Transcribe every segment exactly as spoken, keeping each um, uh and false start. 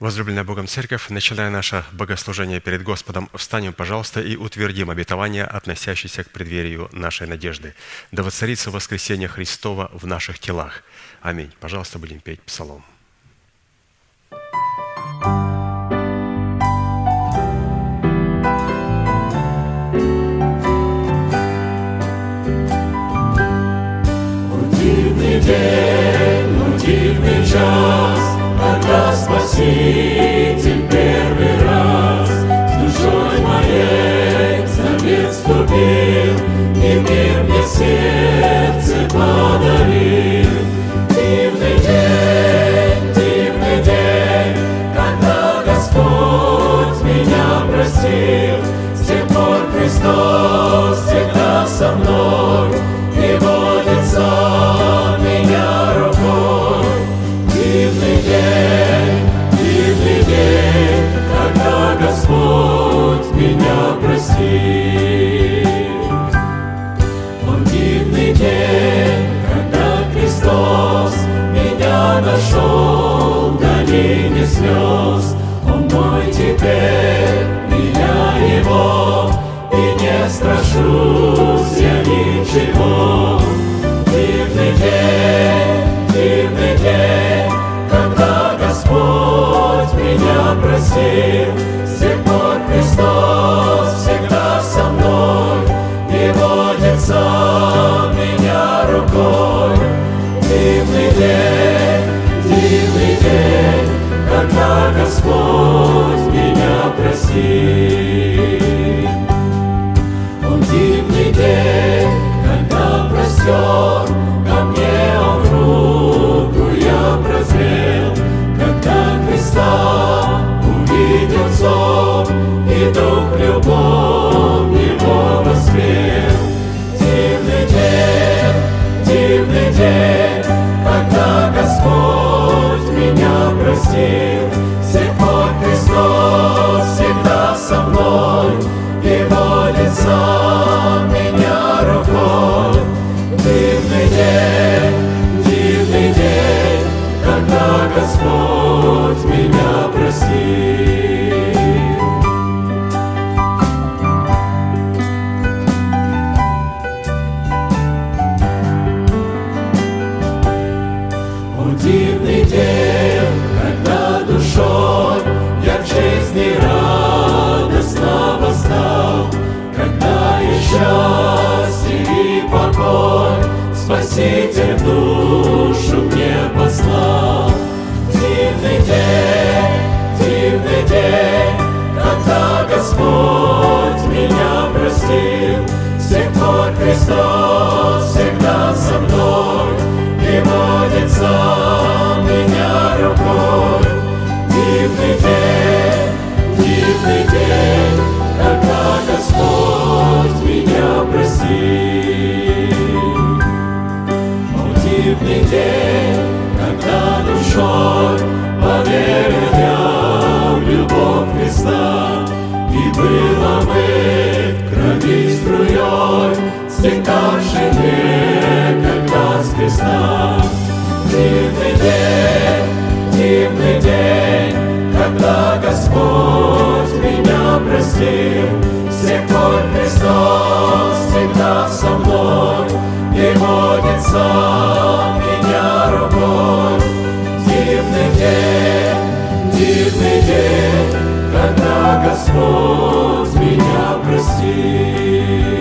Возлюбленная Богом Церковь, начиная наше богослужение перед Господом, встанем, пожалуйста, и утвердим обетование, относящееся к преддверию нашей надежды. Да воцарится воскресение Христова в наших телах. Аминь. Пожалуйста, будем петь псалом. Дивный день, ну дивный час, когда Спаситель первый раз с душой моей в завет вступил, и мир мне сердце подарил. Дивный день, дивный день, когда Господь меня простил, с тех пор Христос всегда со мной и водит за меня рукой. Дивный день, дивный день, когда Господь меня простил. Он дивный день, когда Христос меня нашел в долине слез. Он мой теперь, и я его, и не страшусь я ничего. Дивный день, дивный день, когда Господь меня простил, с тех пор Христос всегда со мной и водит за меня рукой. Дивный день, дивный день, когда Господь меня простил. Он дивный день, когда простер ко мне Он руку, я прозрел, когда Христа увидел взор, и дух любовь Его воспел. Дивный день, дивный день, когда Господь меня простил, с тех пор Христос всегда со мной и водит за меня рукой. Дивный день, дивный день, когда Господь меня простил. О, дивный день, когда душой я к жизни радостно восстал, когда я счастье и покой Спаситель в душу мне послал. Дивный день, дивный день, когда Господь меня простил, с тех пор Христос всегда со мной и водит за меня рукой. Дивный день, дивный день, когда Господь меня простил. О, дивный день, когда душой поверил я в любовь Христа, и был омыт крови струей, стекавшей некогда с креста. Дивный день, дивный день, когда Господь меня простил, с тех пор Христос всегда со мной и водит за меня рукой. Дивный день, дивный день, когда Господь меня простил.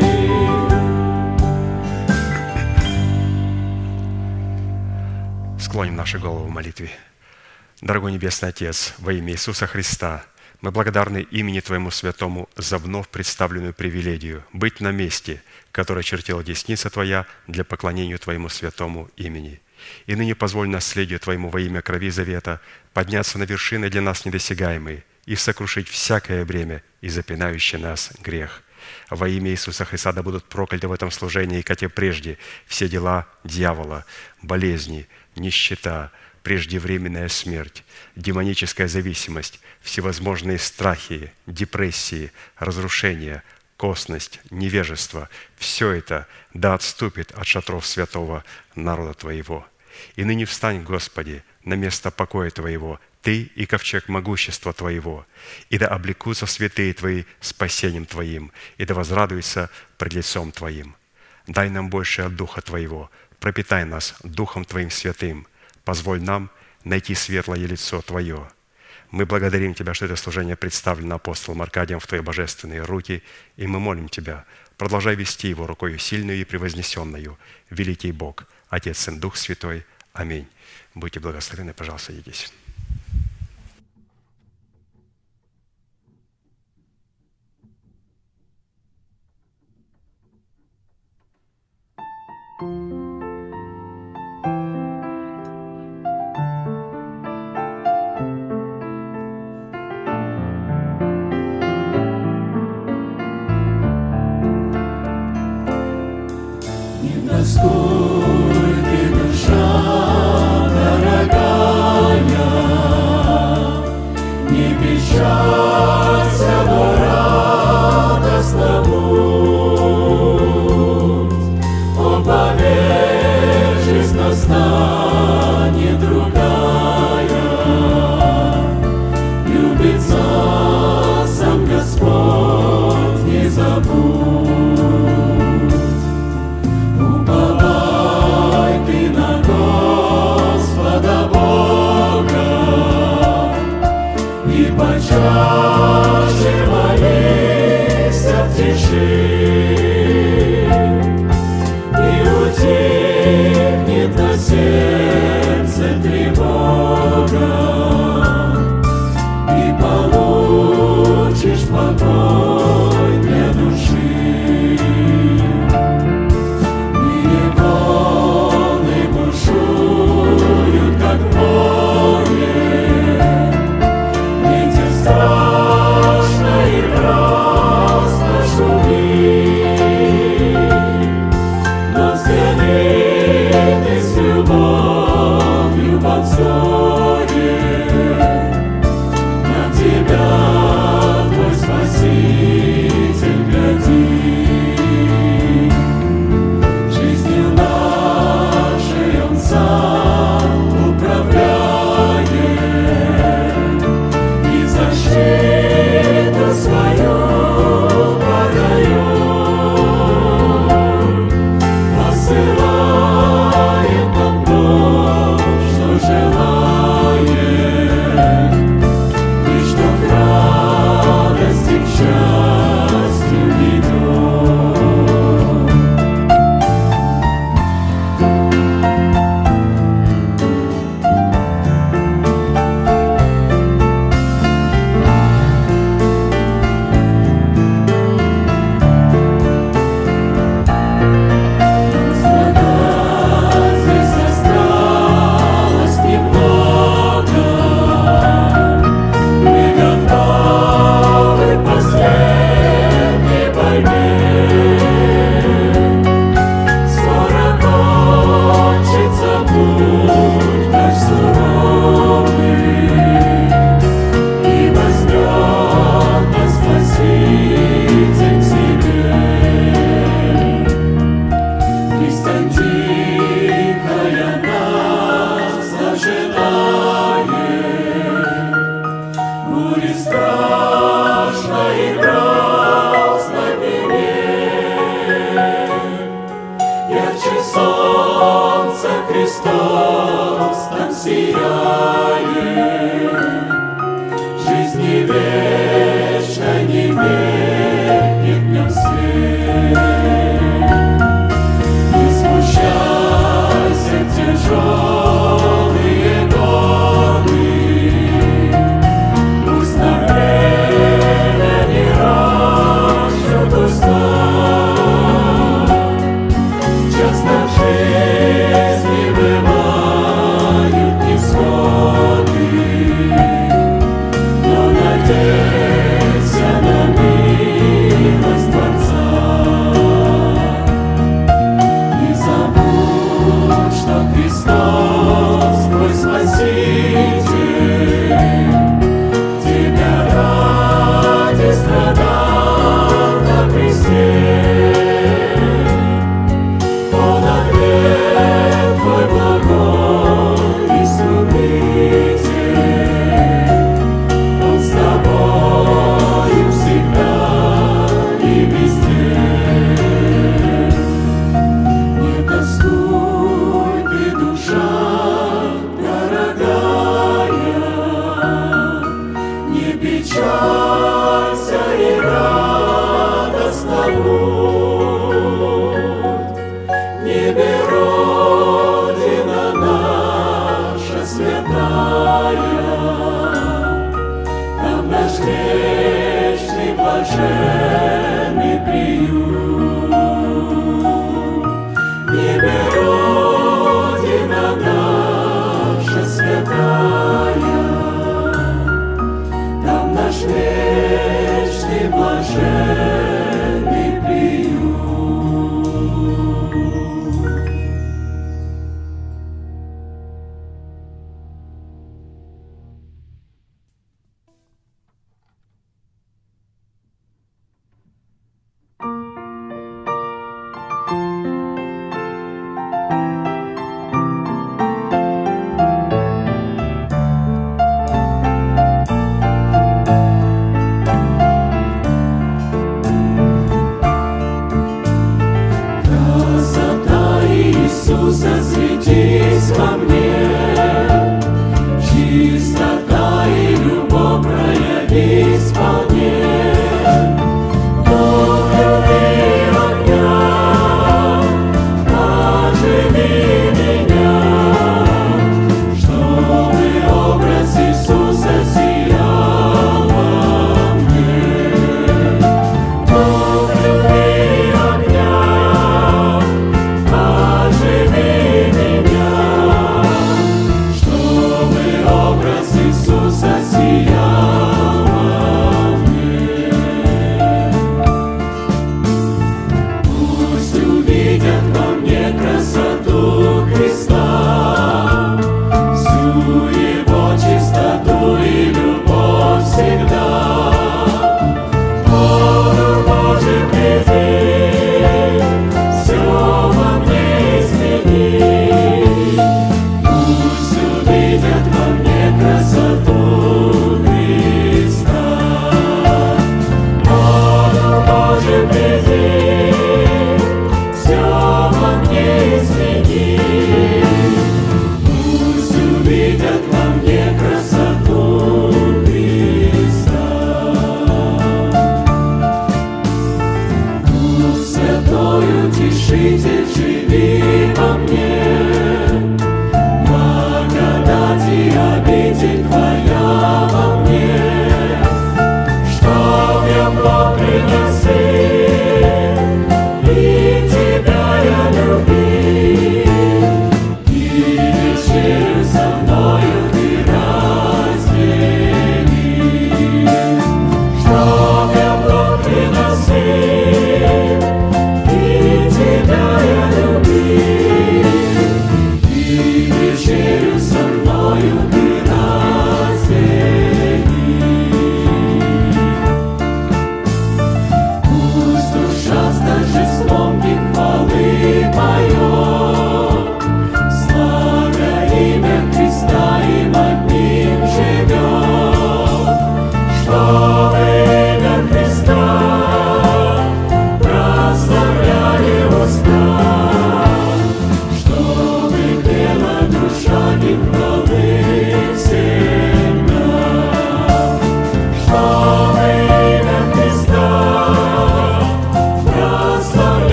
Склоним наши головы в молитве. Дорогой Небесный Отец, во имя Иисуса Христа, мы благодарны имени Твоему Святому за вновь представленную привилегию быть на месте, которое чертила десница Твоя для поклонения Твоему Святому имени. И ныне позволь наследию Твоему во имя крови завета подняться на вершины для нас недосягаемые и сокрушить всякое бремя и запинающий нас грех. Во имя Иисуса Христа да будут прокляты в этом служении, как и прежде, все дела дьявола, болезни, нищета, преждевременная смерть, демоническая зависимость, всевозможные страхи, депрессии, разрушения, косность, невежество – все это да отступит от шатров святого народа Твоего. И ныне встань, Господи, на место покоя Твоего Ты и ковчег могущества Твоего, и да облекутся святые Твои спасением Твоим, и да возрадуются пред лицом Твоим. Дай нам больше от Духа Твоего, пропитай нас Духом Твоим святым, позволь нам найти светлое лицо Твое. Мы благодарим Тебя, что это служение представлено апостолом Аркадием в Твои божественные руки, и мы молим Тебя, продолжай вести его рукою сильную и превознесенную, великий Бог, Отец, Сын, Дух Святой. Аминь. Будьте благословенны, пожалуйста, садитесь. Тоскуй ты, душа дорогая, не печалься, но радостно будь. О, поверь, жизнь настанет другая, любится сам Господь, не забудь. Почаще молись в тиши, и утихнет на сердце тревога, и получишь покой для души. Мире волны бушуют, как море, страшно и грозно шумит, но взгляни ты с любовью во взоре, на тебя твой Спаситель глядит. Жизнью нашей Он сам управляет, защиту свою подает, посылает нам то, что желает, и что к радости, к счастью ведет. Христос там сияет, жизни вечной не меркнет в нем свет. Не смущайся в тяжелые годы, пусть на время не ращут уста. Часто в жизни бывает наш вечный блаженный приют. Небе Родина наша святая, там наш вечный блаженный приют.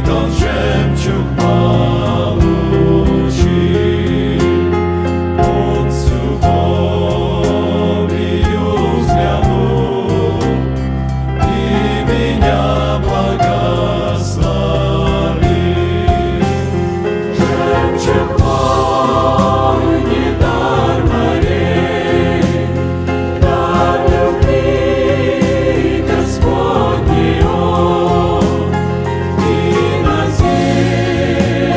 тот жемчуг получи. Он с любовью взглянул и меня благословил. Жемчуг мой, не дар морей, дар любви Господней он, и на землю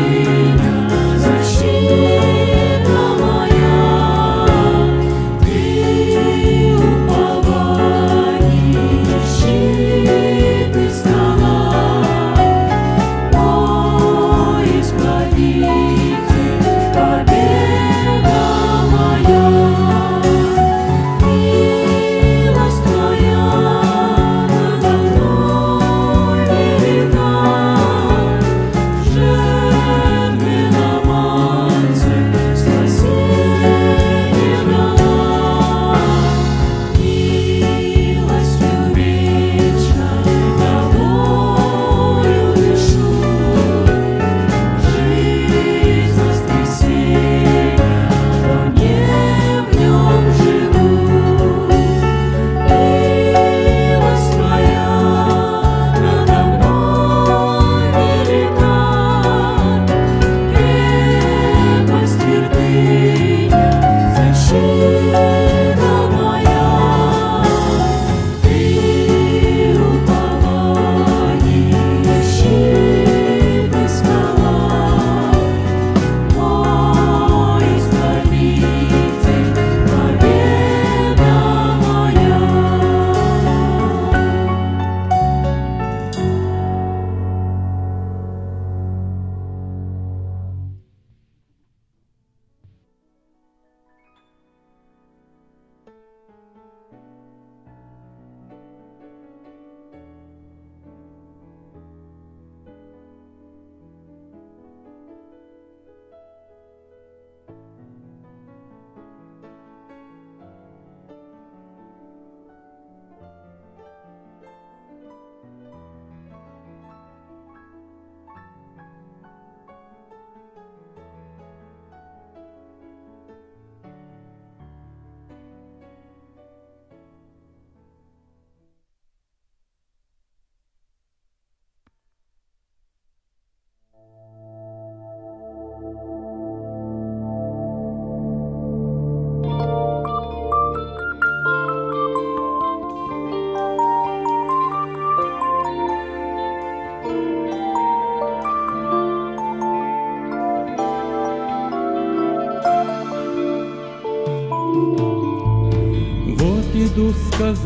иду,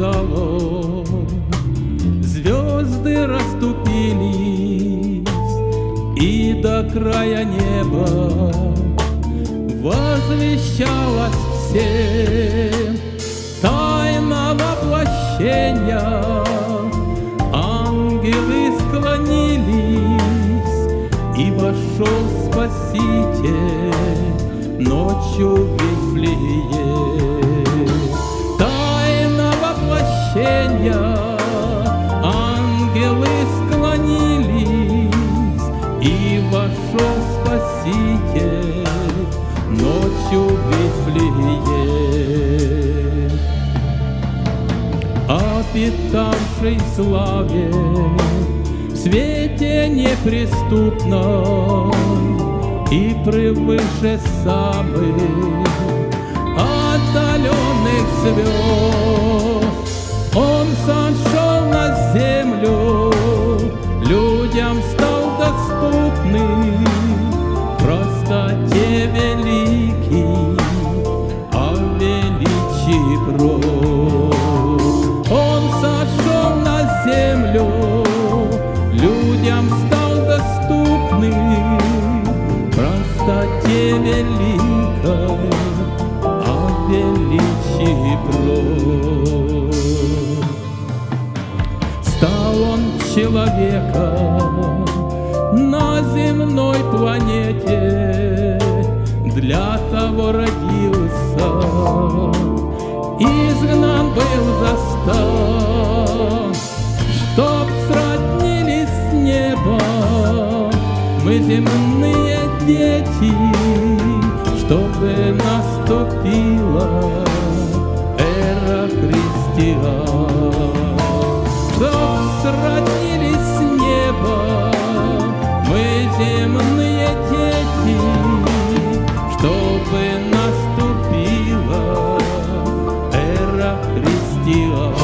сказала, звезды расступились, и до края неба возвещалась всем тайна воплощения. Ангелы склонились, и вошел Спаситель ночью в Вифлеем. Тайна воплощения, ангелы склонились, и вошел Спаситель ночью в Вифлеем. Обитавший в славе, в свете неприступном и превыше самых отдаленных звезд, Он сошел на землю, людям стал доступным в простоте великий, а в величии прост. Он сошел на землю, людям стал доступным в простоте великой, а в величии прост. Стал он человеком на земной планете, для того родился, изгнан был за стан, чтоб сроднились с небом мы, земные дети, чтобы наступила эра христиан. Чтоб сроднились с небом мы, земные дети, чтобы наступила эра христиан.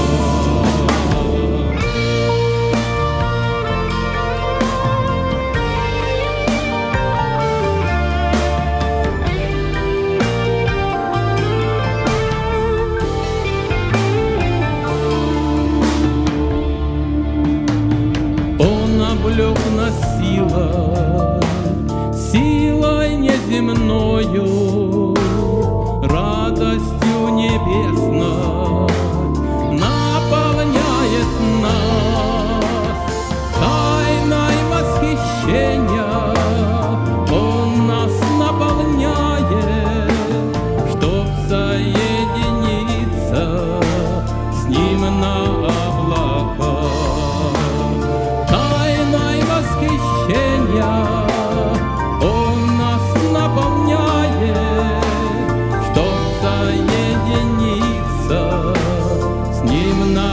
земною, радостью небесной наполняет нас. Тайной восхищения Он нас наполняет, чтоб соединиться с Ним на облаках. Тайной восхищения Он нас наполняет, чтоб соединиться с Ним на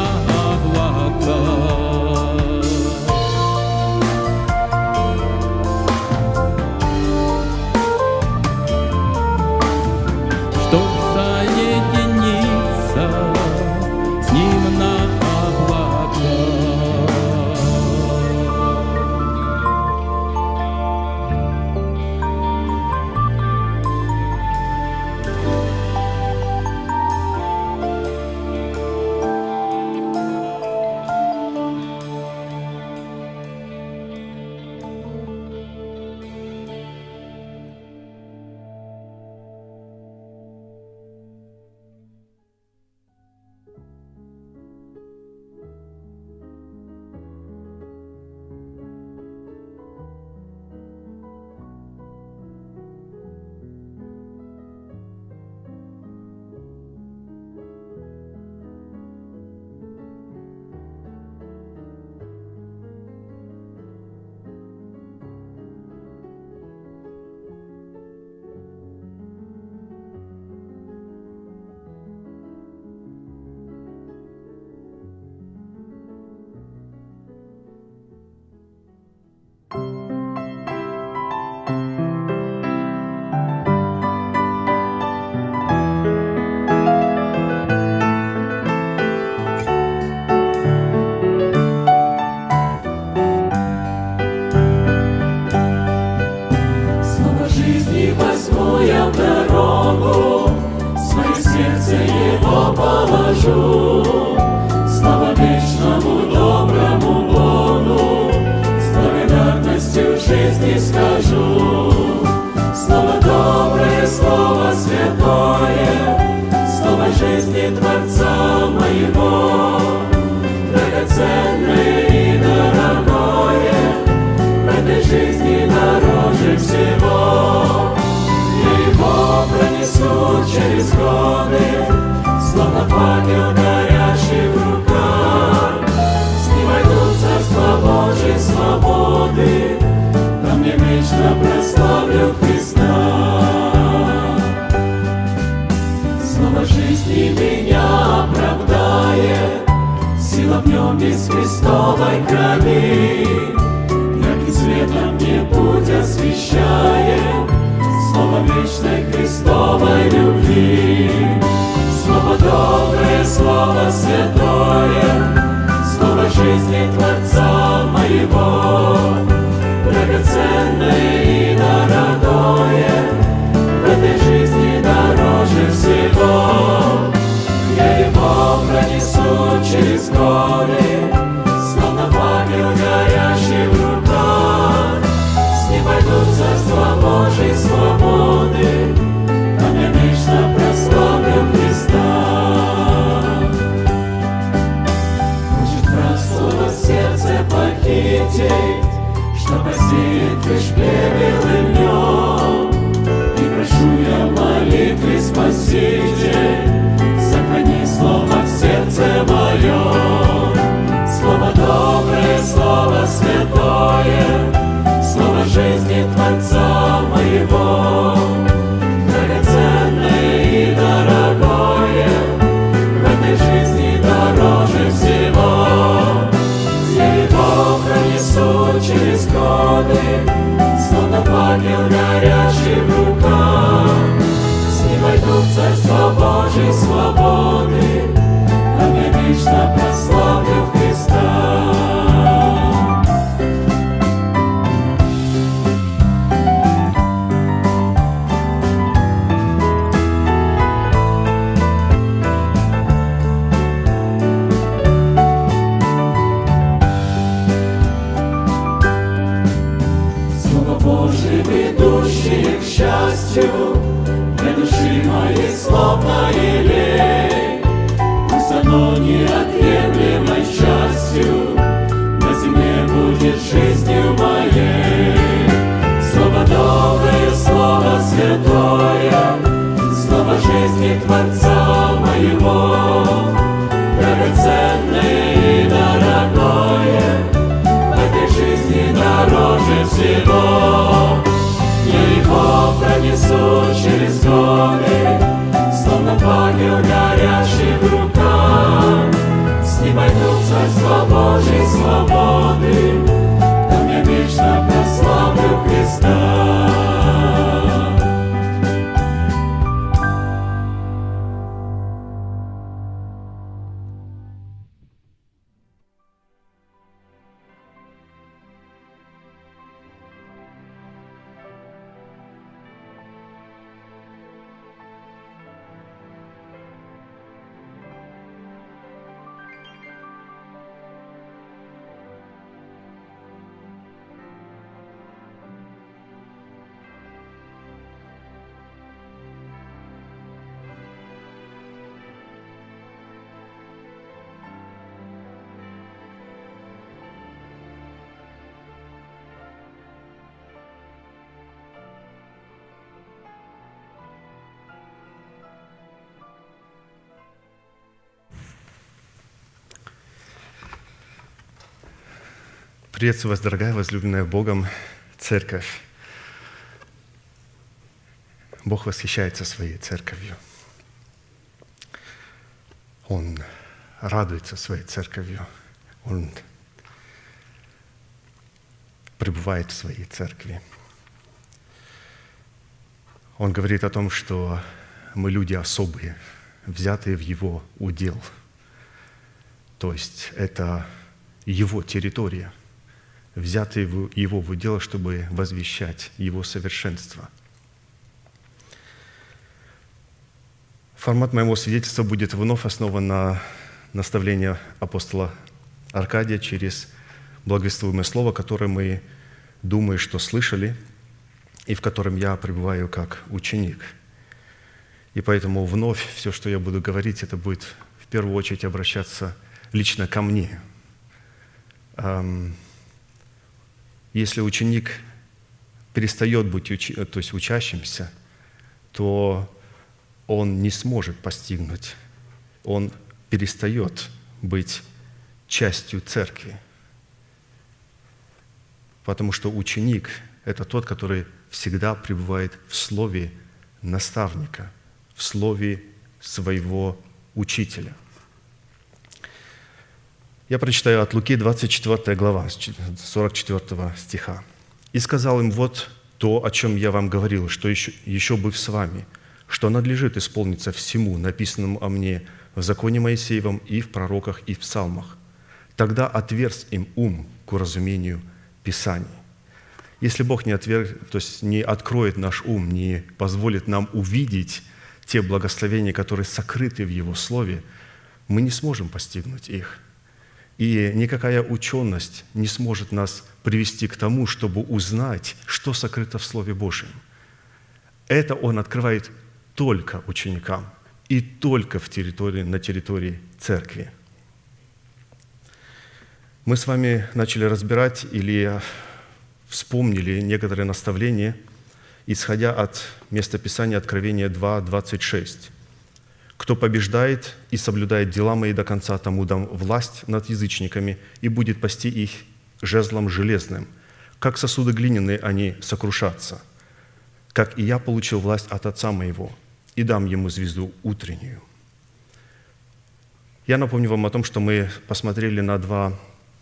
облаках. Чтоб соединиться с Ним на облаках. Слово жизни возьму я в дорогу, в свое сердце его положу. Слава вечному доброму Богу, с благодарностью жизни скажу. Слово доброе, слово святое, слово жизни Творца моего, драгоценное и дорогое, в этой жизни дороже всего. Я его пронесу через годы, словно факел горящий в руках. С ним войду в царство Божьей свободы, там я вечно прославлю Христа. Слово жизни меня оправдает, сила в нем без Христовой крови. Ярким светом мне путь освещает, слово вечной Христовой любви. Слово доброе, слово святое, слово жизни Творца моего, драгоценное и дорогое, в этой жизни дороже всего. Я его пронесу через годы, словно факел горящий в руках. С ним пойду в царство Божьей свободы, там я вечно прославлю Христа. Хочет враг слово сердце похитить, что посеет лишь плевелы в нем. И прошу я в молитве, Спаситель, сохрани слово в сердце моем. Слово доброе, слово святое, слово жизни Творца моего, драгоценное и дорогое, в этой жизни дороже всего. Я его пронесу через годы, словно факел горящий в руках. С ним войду в царство Божьей свободы, там я вечно прославлю Христа. Божье Путешествия, ведущие к счастью, для души моей словно елей. Пусть оно неотъемлемой частью на земле будет жизнью моей. Слово доброе, слово святое, слово жизни Творца моего, драгоценное и дорогое, в этой жизни дороже всего. Я его пронесу через годы, словно факел горящий в руках. С ним пойду в царство Божьей свободы, там я вечно прославлю Христа. Приветствую вас, дорогая, возлюбленная Богом церковь. Бог восхищается своей церковью. Он радуется своей церковью. Он пребывает в своей церкви. Он говорит о том, что мы люди особые, взятые в Его удел. То есть это Его территория, взятые в Его в удел, чтобы возвещать Его совершенство. Формат моего свидетельства будет вновь основан на наставлении апостола Аркадия через благовествуемое слово, которое мы, думаю, что слышали, и в котором я пребываю как ученик. И поэтому вновь все, что я буду говорить, это будет в первую очередь обращаться лично ко мне. Если ученик перестает быть учи, то есть учащимся, то он не сможет постигнуть, он перестает быть частью церкви. Потому что ученик – это тот, который всегда пребывает в слове наставника, в слове своего учителя. Я прочитаю от Луки, двадцать четвёртая глава, сорок четвёртого стиха. «И сказал им: вот то, о чем я вам говорил, что еще, еще быв с вами, что надлежит исполниться всему, написанному о мне в законе Моисеевом и в пророках и в псалмах. Тогда отверз им ум к уразумению Писаний». Если Бог не, отверг, то есть не откроет наш ум, не позволит нам увидеть те благословения, которые сокрыты в Его Слове, мы не сможем постигнуть их. И никакая ученость не сможет нас привести к тому, чтобы узнать, что сокрыто в Слове Божьем. Это Он открывает только ученикам и только в территории, на территории церкви. Мы с вами начали разбирать или вспомнили некоторые наставления, исходя от местописания Откровения два, двадцать шесть. «Кто побеждает и соблюдает дела мои до конца, тому дам власть над язычниками и будет пасти их жезлом железным. Как сосуды глиняные они сокрушатся, как и я получил власть от Отца моего, и дам ему звезду утреннюю». Я напомню вам о том, что мы посмотрели на два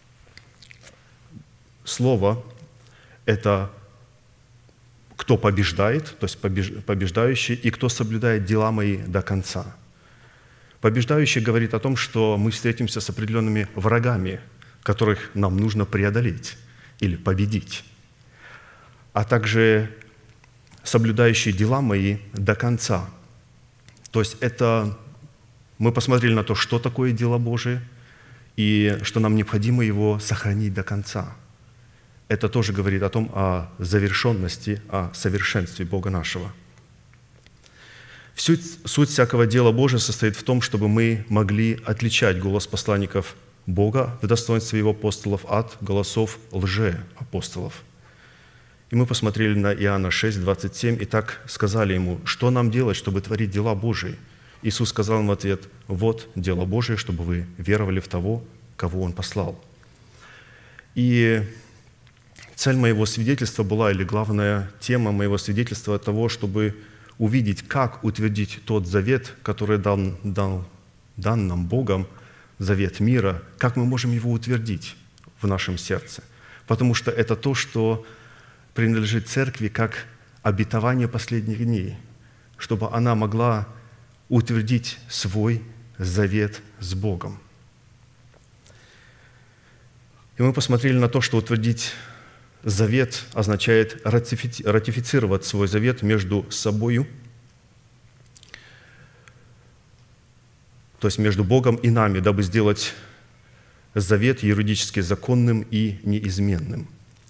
слова. Это «кто побеждает», то есть побеждающий, и «кто соблюдает дела мои до конца». Побеждающий говорит о том, что мы встретимся с определенными врагами, которых нам нужно преодолеть или победить. А также соблюдающий дела мои до конца. То есть это мы посмотрели на то, что такое дело Божие, и что нам необходимо его сохранить до конца. это тоже говорит о том, о завершенности, о совершенстве Бога нашего. Суть, суть всякого дела Божия состоит в том, чтобы мы могли отличать голос посланников Бога в достоинстве Его апостолов от голосов лжеапостолов. И мы посмотрели на Иоанна шесть, двадцать семь, и так сказали Ему: «Что нам делать, чтобы творить дела Божии?» Иисус сказал им в ответ: «Вот дело Божие, чтобы вы веровали в того, кого Он послал». И цель моего свидетельства была, или главная тема моего свидетельства того, чтобы увидеть, как утвердить тот завет, который дан, дан, дан нам Богом, завет мира, как мы можем его утвердить в нашем сердце. Потому что это то, что принадлежит церкви как обетование последних дней, чтобы она могла утвердить свой завет с Богом. И мы посмотрели на то, что утвердить завет означает ратифицировать свой завет между собою, то есть между Богом и нами, дабы сделать завет юридически законным и неизменным.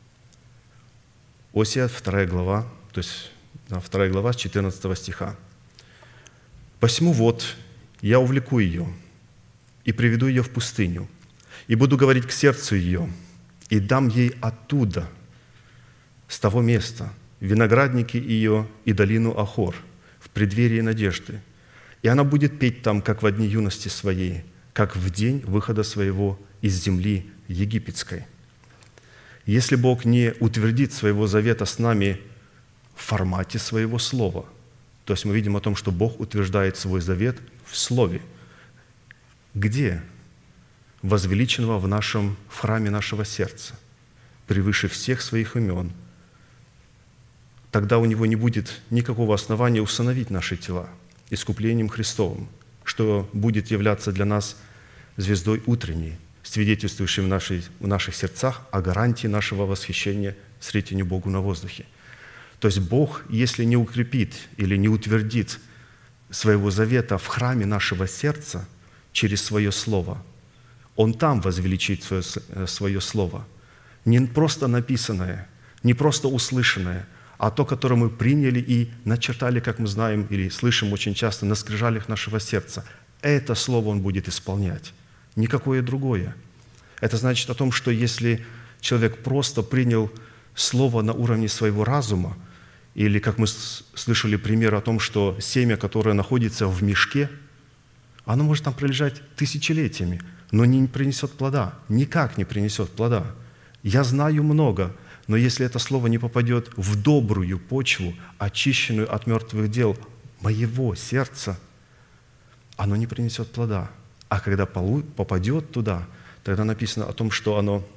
Осия, вторая глава, то есть вторая глава с четырнадцатого стиха. «Посему вот я увлеку ее и приведу ее в пустыню, и буду говорить к сердцу ее, и дам ей оттуда, с того места, виноградники ее и долину Ахор, в преддверии надежды. И она будет петь там, как в дни юности своей, как в день выхода своего из земли египетской». Если Бог не утвердит своего завета с нами в формате своего слова, то есть мы видим о том, что Бог утверждает свой завет в слове. Где? Возвеличенного в нашем в храме нашего сердца, превыше всех своих имен. Тогда у Него не будет никакого основания усыновить наши тела искуплением Христовым, что будет являться для нас звездой утренней, свидетельствующей в, нашей, в наших сердцах о гарантии нашего восхищения сретению Богу на воздухе. То есть Бог, если не укрепит или не утвердит своего завета в храме нашего сердца через свое слово, Он там возвеличит свое, свое слово. Не просто написанное, не просто услышанное, а то, которое мы приняли и начертали, как мы знаем или слышим очень часто, на скрижалях нашего сердца. Это слово Он будет исполнять, никакое другое. Это значит о том, что если человек просто принял слово на уровне своего разума, или, как мы слышали пример о том, что семя, которое находится в мешке, оно может там пролежать тысячелетиями, но не принесет плода, никак не принесет плода. Я знаю много, но если это слово не попадет в добрую почву, очищенную от мертвых дел моего сердца, оно не принесет плода. А когда попадет туда, тогда написано о том, что оно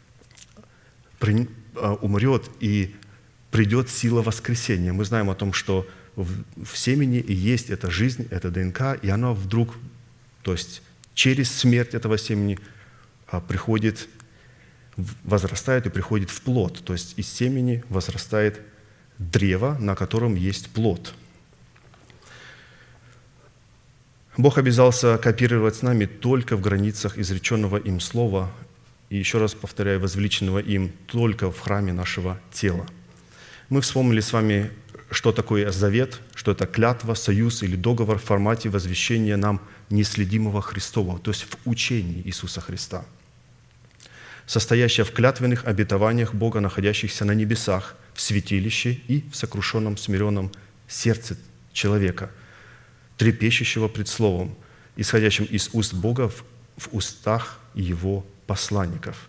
умрет и придет сила воскресения. Мы знаем о том, что в семени есть эта жизнь, эта ДНК, и оно вдруг, то есть через смерть этого семени приходит, возрастает и приходит в плод. То есть из семени возрастает древо, на котором есть плод. Бог обязался кооперировать с нами только в границах изреченного им слова, и еще раз повторяю, возвеличенного им только в храме нашего тела. Мы вспомнили с вами, что такое завет, что это клятва, союз или договор в формате возвещения нам неследимого Христова, то есть в учении Иисуса Христа, состоящая в клятвенных обетованиях Бога, находящихся на небесах, в святилище и в сокрушенном, смиренном сердце человека, трепещущего пред Словом, исходящим из уст Бога в, в устах Его посланников.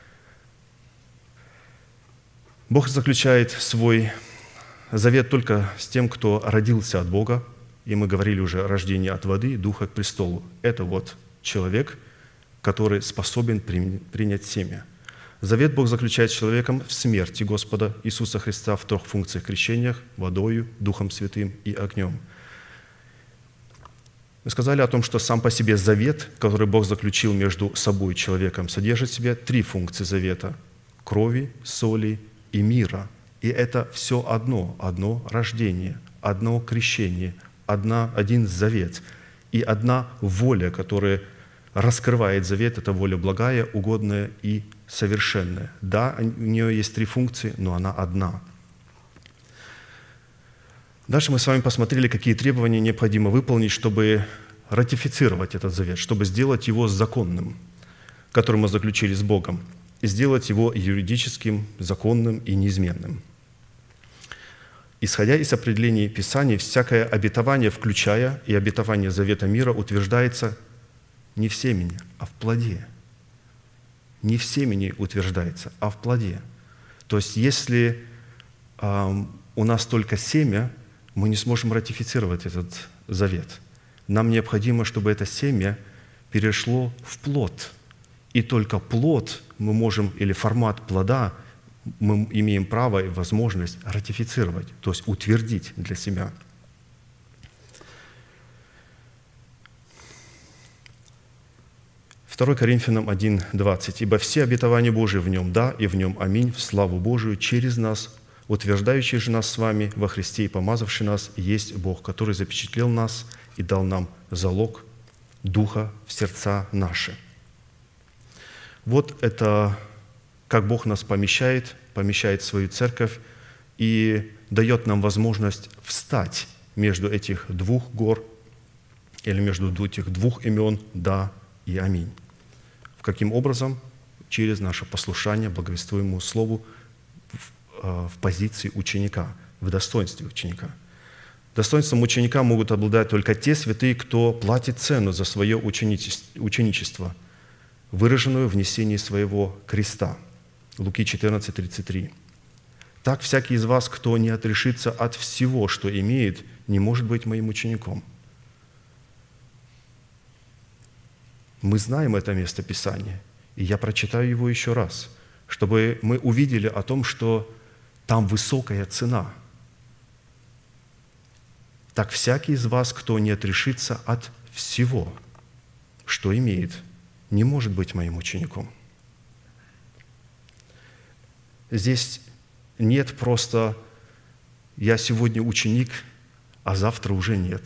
Бог заключает свой завет только с тем, кто родился от Бога, и мы говорили уже о рождении от воды, духа к престолу. Это вот человек, который способен принять семя. Завет Бог заключает с человеком в смерти Господа Иисуса Христа в трех функциях крещениях: водою, Духом Святым и огнем. Мы сказали о том, что сам по себе завет, который Бог заключил между собой и человеком, содержит в себе три функции завета – крови, соли и мира. И это все одно, одно рождение, одно крещение, одна, один завет и одна воля, которая раскрывает завет, это воля благая, угодная и совершенная. Да, у нее есть три функции, но она одна. Дальше мы с вами посмотрели, какие требования необходимо выполнить, чтобы ратифицировать этот завет, чтобы сделать его законным, который мы заключили с Богом, и сделать его юридическим, законным и неизменным. Исходя из определений Писаний, всякое обетование, включая и обетование завета мира, утверждается не в семени, а в плоде. Не в семени утверждается, а в плоде. То есть, если э, у нас только семя, мы не сможем ратифицировать этот завет. Нам необходимо, чтобы это семя перешло в плод. И только плод мы можем, или формат плода, мы имеем право и возможность ратифицировать, то есть утвердить для себя. второе Коринфянам один, двадцать. «Ибо все обетования Божии в Нем, да, и в Нем аминь, в славу Божию, через нас, утверждающий же нас с вами во Христе и помазавший нас, есть Бог, который запечатлел нас и дал нам залог Духа в сердца наши». Вот это как Бог нас помещает, помещает в свою церковь и дает нам возможность встать между этих двух гор или между этих двух имен «да» и «аминь». Каким образом? Через наше послушание благовествуемому Слову в, в позиции ученика, в достоинстве ученика. Достоинством ученика могут обладать только те святые, кто платит цену за свое ученичество, выраженную в несении своего креста. Луки четырнадцать, тридцать три. «Так всякий из вас, кто не отрешится от всего, что имеет, не может быть моим учеником». Мы знаем это место Писания, и я прочитаю его еще раз, чтобы мы увидели о том, что там высокая цена. «Так всякий из вас, кто не отрешится от всего, что имеет, не может быть моим учеником». Здесь нет просто «я сегодня ученик, а завтра уже нет».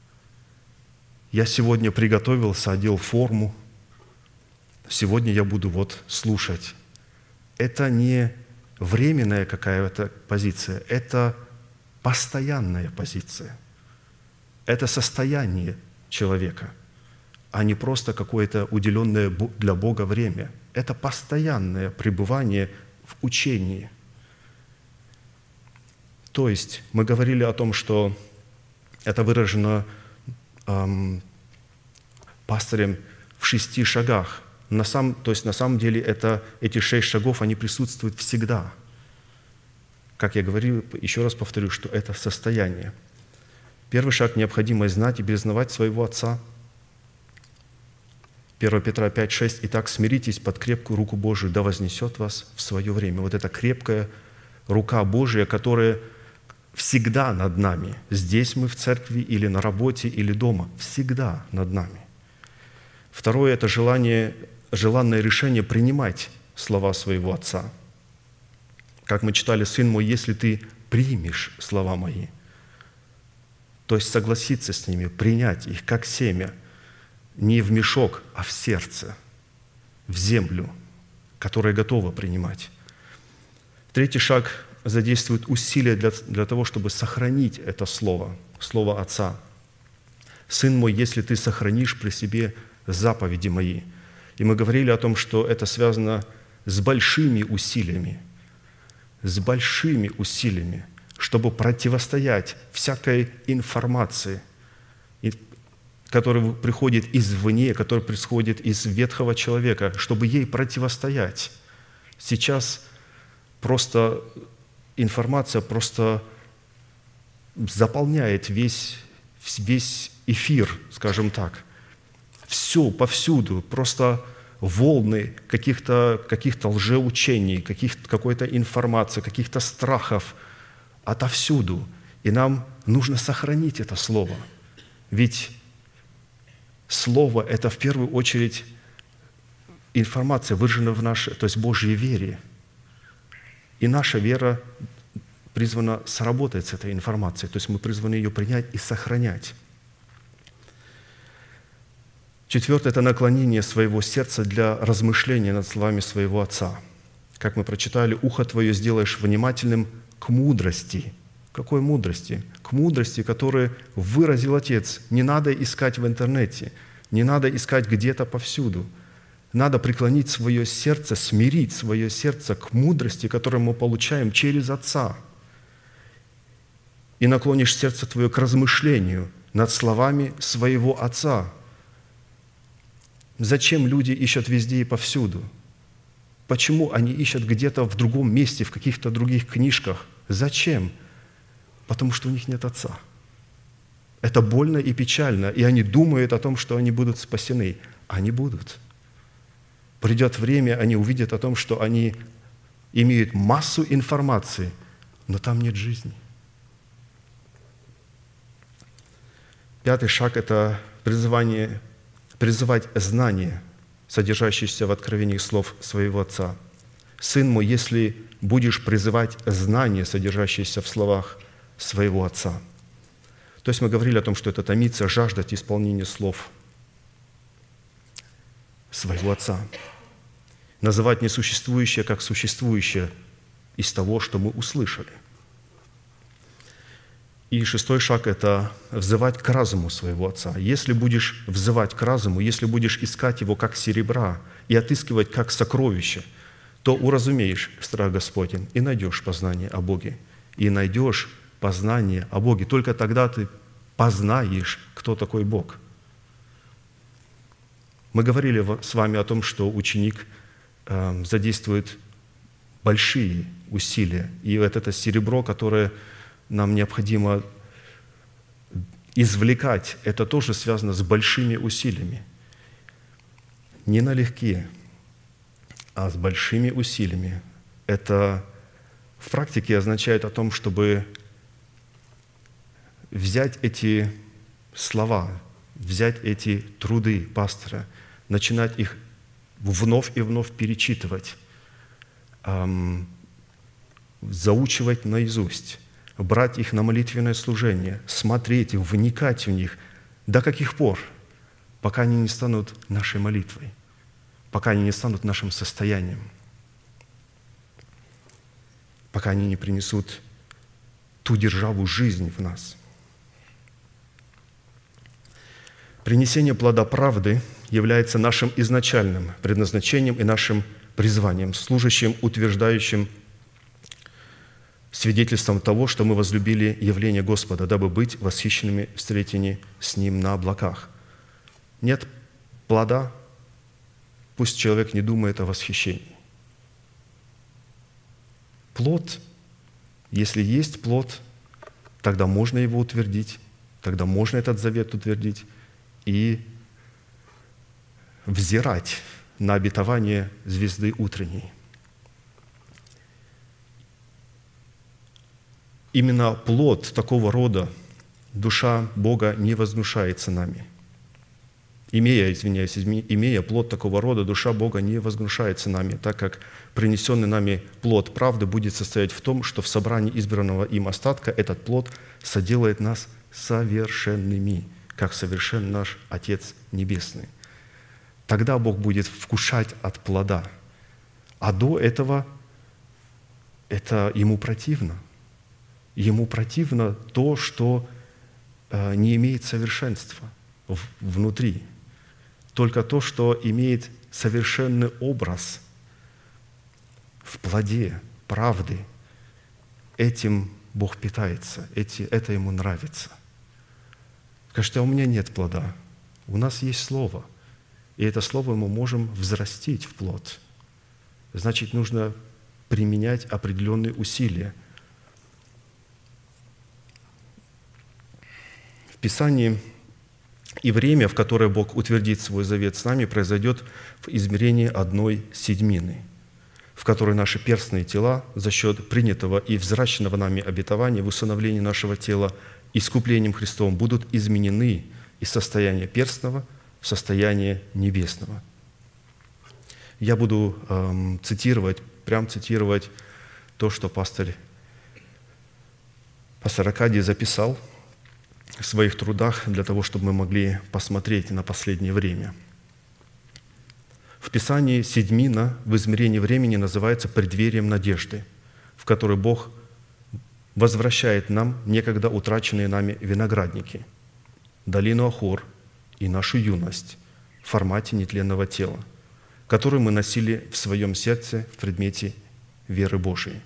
Я сегодня приготовился, одел форму, сегодня я буду вот слушать. Это не временная какая-то позиция, это постоянная позиция. Это состояние человека, а не просто какое-то уделенное для Бога время. Это постоянное пребывание в учении. То есть мы говорили о том, что это выражено эм, пастырем в шести шагах. На самом, то есть на самом деле это, эти шесть шагов, они присутствуют всегда. Как я говорил, еще раз повторю, что это состояние. Первый шаг – необходимость знать и признавать своего Отца. первое Петра пять, шесть. «Итак, смиритесь под крепкую руку Божию, да вознесет вас в свое время». Вот эта крепкая рука Божия, которая всегда над нами. Здесь мы в церкви или на работе, или дома. Всегда над нами. Второе – это желание, желанное решение принимать слова своего Отца. Как мы читали, «Сын мой, если ты примешь слова мои», то есть согласиться с ними, принять их как семя, не в мешок, а в сердце, в землю, которая готова принимать. Третий шаг задействует усилия для, для того, чтобы сохранить это слово, слово Отца. «Сын мой, если ты сохранишь при себе заповеди мои». И мы говорили о том, что это связано с большими усилиями, с большими усилиями, чтобы противостоять всякой информации, которая приходит извне, которая происходит из ветхого человека, чтобы ей противостоять. Сейчас просто информация просто заполняет весь, весь эфир, скажем так. Все, повсюду, просто волны каких-то каких лжеучений, каких, какой-то информации, каких-то страхов отовсюду. И нам нужно сохранить это слово. Ведь слово – это в первую очередь информация, выраженная в нашей, то есть Божьей вере. И наша вера призвана сработать с этой информацией, то есть мы призваны ее принять и сохранять. Четвертое – это наклонение своего сердца для размышления над словами своего Отца. Как мы прочитали, «Ухо твое сделаешь внимательным к мудрости». Какой мудрости? К мудрости, которую выразил Отец. Не надо искать в интернете, не надо искать где-то повсюду. Надо преклонить свое сердце, смирить свое сердце к мудрости, которую мы получаем через Отца. И наклонишь сердце твое к размышлению над словами своего Отца. Зачем люди ищут везде и повсюду? Почему они ищут где-то в другом месте, в каких-то других книжках? Зачем? Потому что у них нет Отца. Это больно и печально, и они думают о том, что они будут спасены. Они будут. Придет время, они увидят о том, что они имеют массу информации, но там нет жизни. Пятый шаг – это призывание, призывать знание, содержащееся в откровении слов своего Отца. «Сын мой, если будешь призывать знание, содержащееся в словах своего Отца». То есть мы говорили о том, что это томиться, жаждать исполнения слов своего Отца. Называть несуществующее как существующее из того, что мы услышали. И шестой шаг – это взывать к разуму своего Отца. Если будешь взывать к разуму, если будешь искать его как серебра и отыскивать как сокровище, то уразумеешь страх Господень и найдешь познание о Боге. И найдешь познание о Боге. Только тогда ты познаешь, кто такой Бог. Мы говорили с вами о том, что ученик э, задействует большие усилия. И вот это серебро, которое нам необходимо извлекать, это тоже связано с большими усилиями. Не налегке, а с большими усилиями. Это в практике означает о том, чтобы взять эти слова, взять эти труды пастора, начинать их вновь и вновь перечитывать, эм, заучивать наизусть, брать их на молитвенное служение, смотреть, вникать в них. До каких пор? Пока они не станут нашей молитвой, пока они не станут нашим состоянием, пока они не принесут ту державу жизни в нас. Принесение плода правды является нашим изначальным предназначением и нашим призванием, служащим, утверждающим свидетельством того, что мы возлюбили явление Господа, дабы быть восхищенными в встретении с Ним на облаках. Нет плода, пусть человек не думает о восхищении. Плод, если есть плод, тогда можно его утвердить, тогда можно этот завет утвердить и взирать на обетование звезды утренней. Именно плод такого рода душа Бога не возгнушается нами. Имея, извиняюсь, имея плод такого рода, душа Бога не возгнушается нами, так как принесенный нами плод правды будет состоять в том, что в собрании избранного им остатка этот плод соделает нас совершенными, как совершен наш Отец Небесный. Тогда Бог будет вкушать от плода. А до этого это Ему противно. Ему противно то, что э, не имеет совершенства в, внутри. Только то, что имеет совершенный образ в плоде правды. Этим Бог питается, эти, это Ему нравится. Скажите, а у меня нет плода. У нас есть Слово. И это Слово мы можем взрастить в плод. Значит, нужно применять определенные усилия. В Писании и время, в которое Бог утвердит свой завет с нами, произойдет в измерении одной седьмины, в которой наши перстные тела за счет принятого и взращенного нами обетования в усыновлении нашего тела искуплением Христовым будут изменены из состояния перстного в состояние небесного. Я буду эм, цитировать, прям цитировать то, что пастор, пастор Аркадий записал в своих трудах для того, чтобы мы могли посмотреть на последнее время. В Писании седьмина в измерении времени называется преддверием надежды, в которой Бог возвращает нам некогда утраченные нами виноградники, долину Ахор и нашу юность в формате нетленного тела, которую мы носили в своем сердце в предмете веры Божией.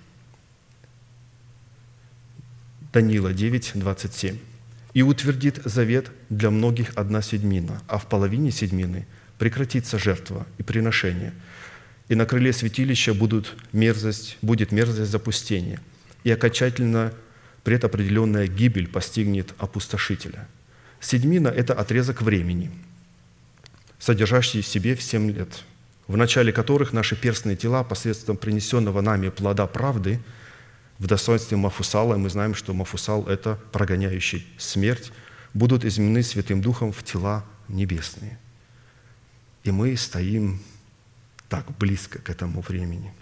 Даниила девять, двадцать семь. «И утвердит завет для многих одна седьмина, а в половине седьмины прекратится жертва и приношение, и на крыле святилища будут мерзость, будет мерзость запустения, и окончательно предопределенная гибель постигнет опустошителя». Седьмина – это отрезок времени, содержащий в себе в семь лет, в начале которых наши перстные тела посредством принесенного нами плода правды в достоинстве Мафусала, и мы знаем, что Мафусал – это прогоняющий смерть, будут изменены Святым Духом в тела небесные. И мы стоим так близко к этому времени.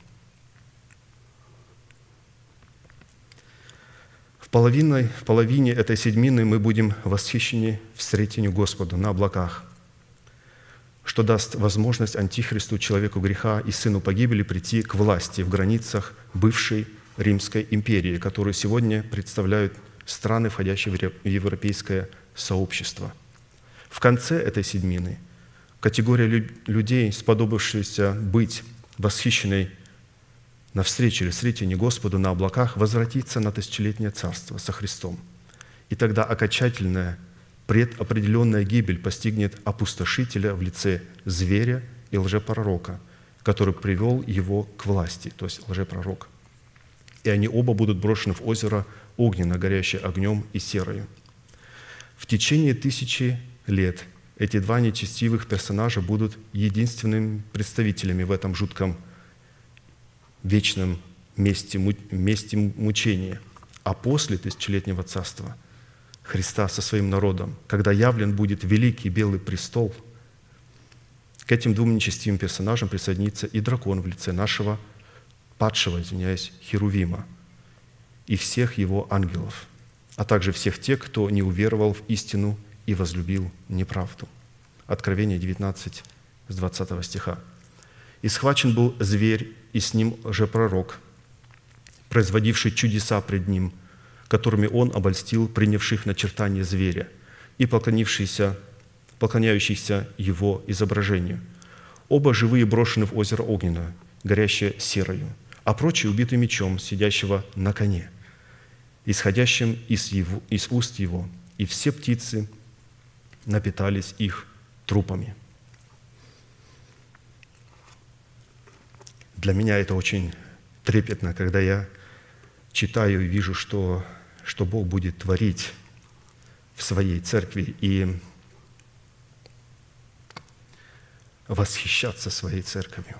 В половине, в половине этой седьмины мы будем восхищены встретению Господа на облаках, что даст возможность Антихристу, человеку греха и сыну погибели прийти к власти в границах бывшей Римской империи, которую сегодня представляют страны, входящие в европейское сообщество. В конце этой седьмины категория людей, сподобившихся быть восхищенной на встрече или встретении Господу на облаках, возвратится на тысячелетнее царство со Христом. И тогда окончательная предопределенная гибель постигнет опустошителя в лице зверя и лжепророка, который привел его к власти, то есть лжепророк. И они оба будут брошены в озеро огненно, горящее огнем и серою. В течение тысячи лет эти два нечестивых персонажа будут единственными представителями в этом жутком вечном месте, месте мучения. А после тысячелетнего царства Христа со своим народом, когда явлен будет великий белый престол, к этим двум нечестивым персонажам присоединится и дракон в лице нашего падшего, извиняюсь, Херувима и всех его ангелов, а также всех тех, кто не уверовал в истину и возлюбил неправду. Откровение девятнадцать, с двадцатого стиха. «И схвачен был зверь, и с ним лжепророк, производивший чудеса пред ним, которыми он обольстил принявших начертание зверя и поклонившихся, поклоняющихся его изображению. Оба живые брошены в озеро огненное, горящее серою, а прочие убиты мечом, сидящего на коне, исходящим из, его, из уст его, и все птицы напитались их трупами». Для меня это очень трепетно, когда я читаю и вижу, что, что Бог будет творить в Своей церкви и восхищаться Своей церковью.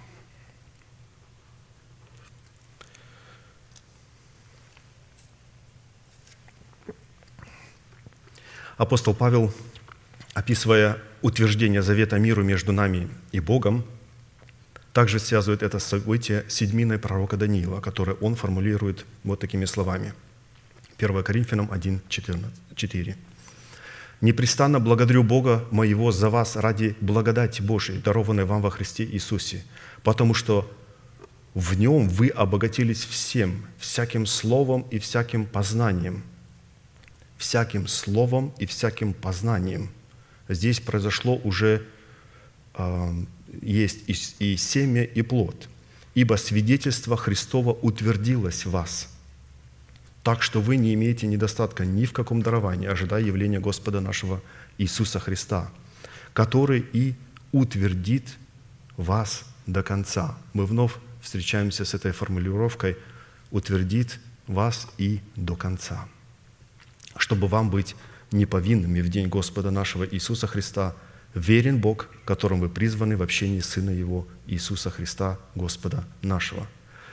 Апостол Павел, описывая утверждение завета миру между нами и Богом, также связывает это событие с седьминой пророка Даниила, которое он формулирует вот такими словами. первое Коринфянам один, четыре. «Непрестанно благодарю Бога моего за вас ради благодати Божией, дарованной вам во Христе Иисусе, потому что в Нем вы обогатились всем, всяким словом и всяким познанием». Всяким словом и всяким познанием. Здесь произошло уже э, есть и, и семя, и плод. «Ибо свидетельство Христово утвердилось в вас, так что вы не имеете недостатка ни в каком даровании, ожидая явления Господа нашего Иисуса Христа, который и утвердит вас до конца». Мы вновь встречаемся с этой формулировкой «утвердит вас и до конца», чтобы вам быть неповинными в день Господа нашего Иисуса Христа. Верен Бог, которым вы призваны в общении Сына Его, Иисуса Христа, Господа нашего.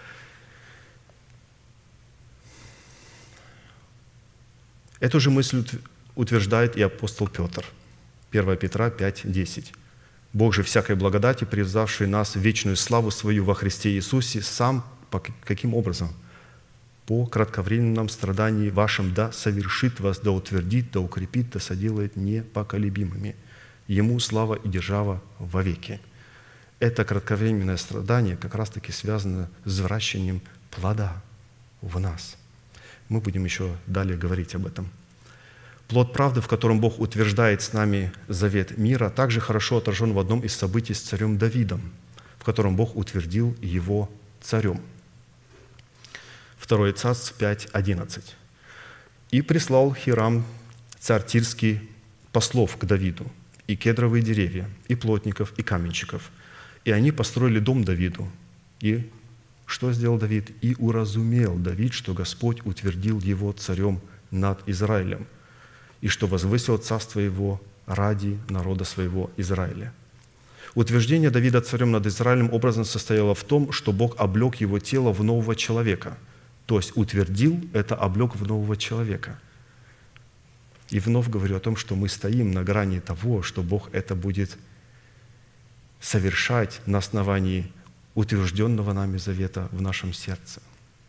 Эту же мысль утверждает и апостол Петр. первое Петра пять, десять. «Бог же всякой благодати, призвавший нас в вечную славу Свою во Христе Иисусе, сам, каким образом? по кратковременном страдании вашем да совершит вас, да утвердит, да укрепит, да соделает непоколебимыми. Ему слава и держава вовеки». Это кратковременное страдание как раз-таки связано с взращиванием плода в нас. Мы будем еще далее говорить об этом. Плод правды, в котором Бог утверждает с нами завет мира, также хорошо отражен в одном из событий с царем Давидом, в котором Бог утвердил его царем. Второе Царств пять одиннадцать. «И прислал Хирам, царь Тирский, послов к Давиду, и кедровые деревья, и плотников, и каменщиков. И они построили дом Давиду. И что сделал Давид? И уразумел Давид, что Господь утвердил его царем над Израилем, и что возвысил царство его ради народа своего Израиля». Утверждение Давида царем над Израилем образно состояло в том, что Бог облег его тело в нового человека. То есть утвердил – это облег в нового человека. И вновь говорю о том, что мы стоим на грани того, что Бог это будет совершать на основании утвержденного нами завета в нашем сердце.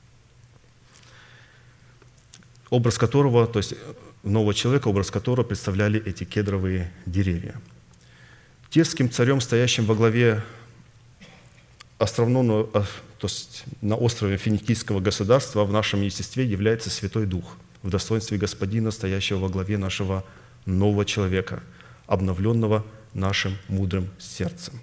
Образ которого, то есть нового человека, образ которого представляли эти кедровые деревья. Тирским царем, стоящим во главе островного, то есть на острове финикийского государства в нашем естестве является Святой Дух в достоинстве Господина, стоящего во главе нашего нового человека, обновленного нашим мудрым сердцем.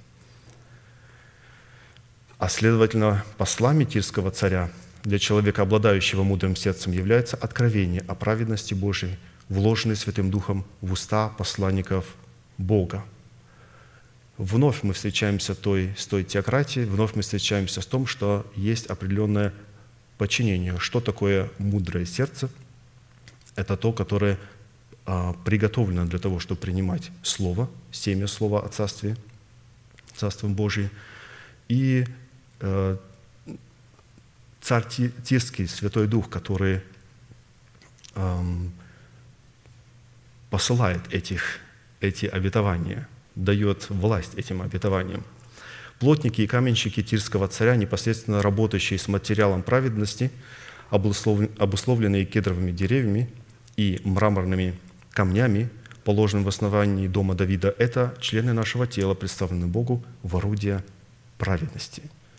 А следовательно, послами Тирского царя для человека, обладающего мудрым сердцем, является откровение о праведности Божией, вложенной Святым Духом в уста посланников Бога. Вновь мы встречаемся той, с той теократией, вновь мы встречаемся с том, что есть определенное подчинение. Что такое мудрое сердце? Это то, которое а, приготовлено для того, чтобы принимать Слово, семя Слова о Царстве, Царством Божиим. И э, Царь Тирский, Святой Дух, который э, посылает этих, эти обетования, дает власть этим обетованиям. Плотники и каменщики Тирского царя, непосредственно работающие с материалом праведности, обусловленные кедровыми деревьями и мраморными камнями, положенными в основании дома Давида, это члены нашего тела, представленные Богу в орудие праведности.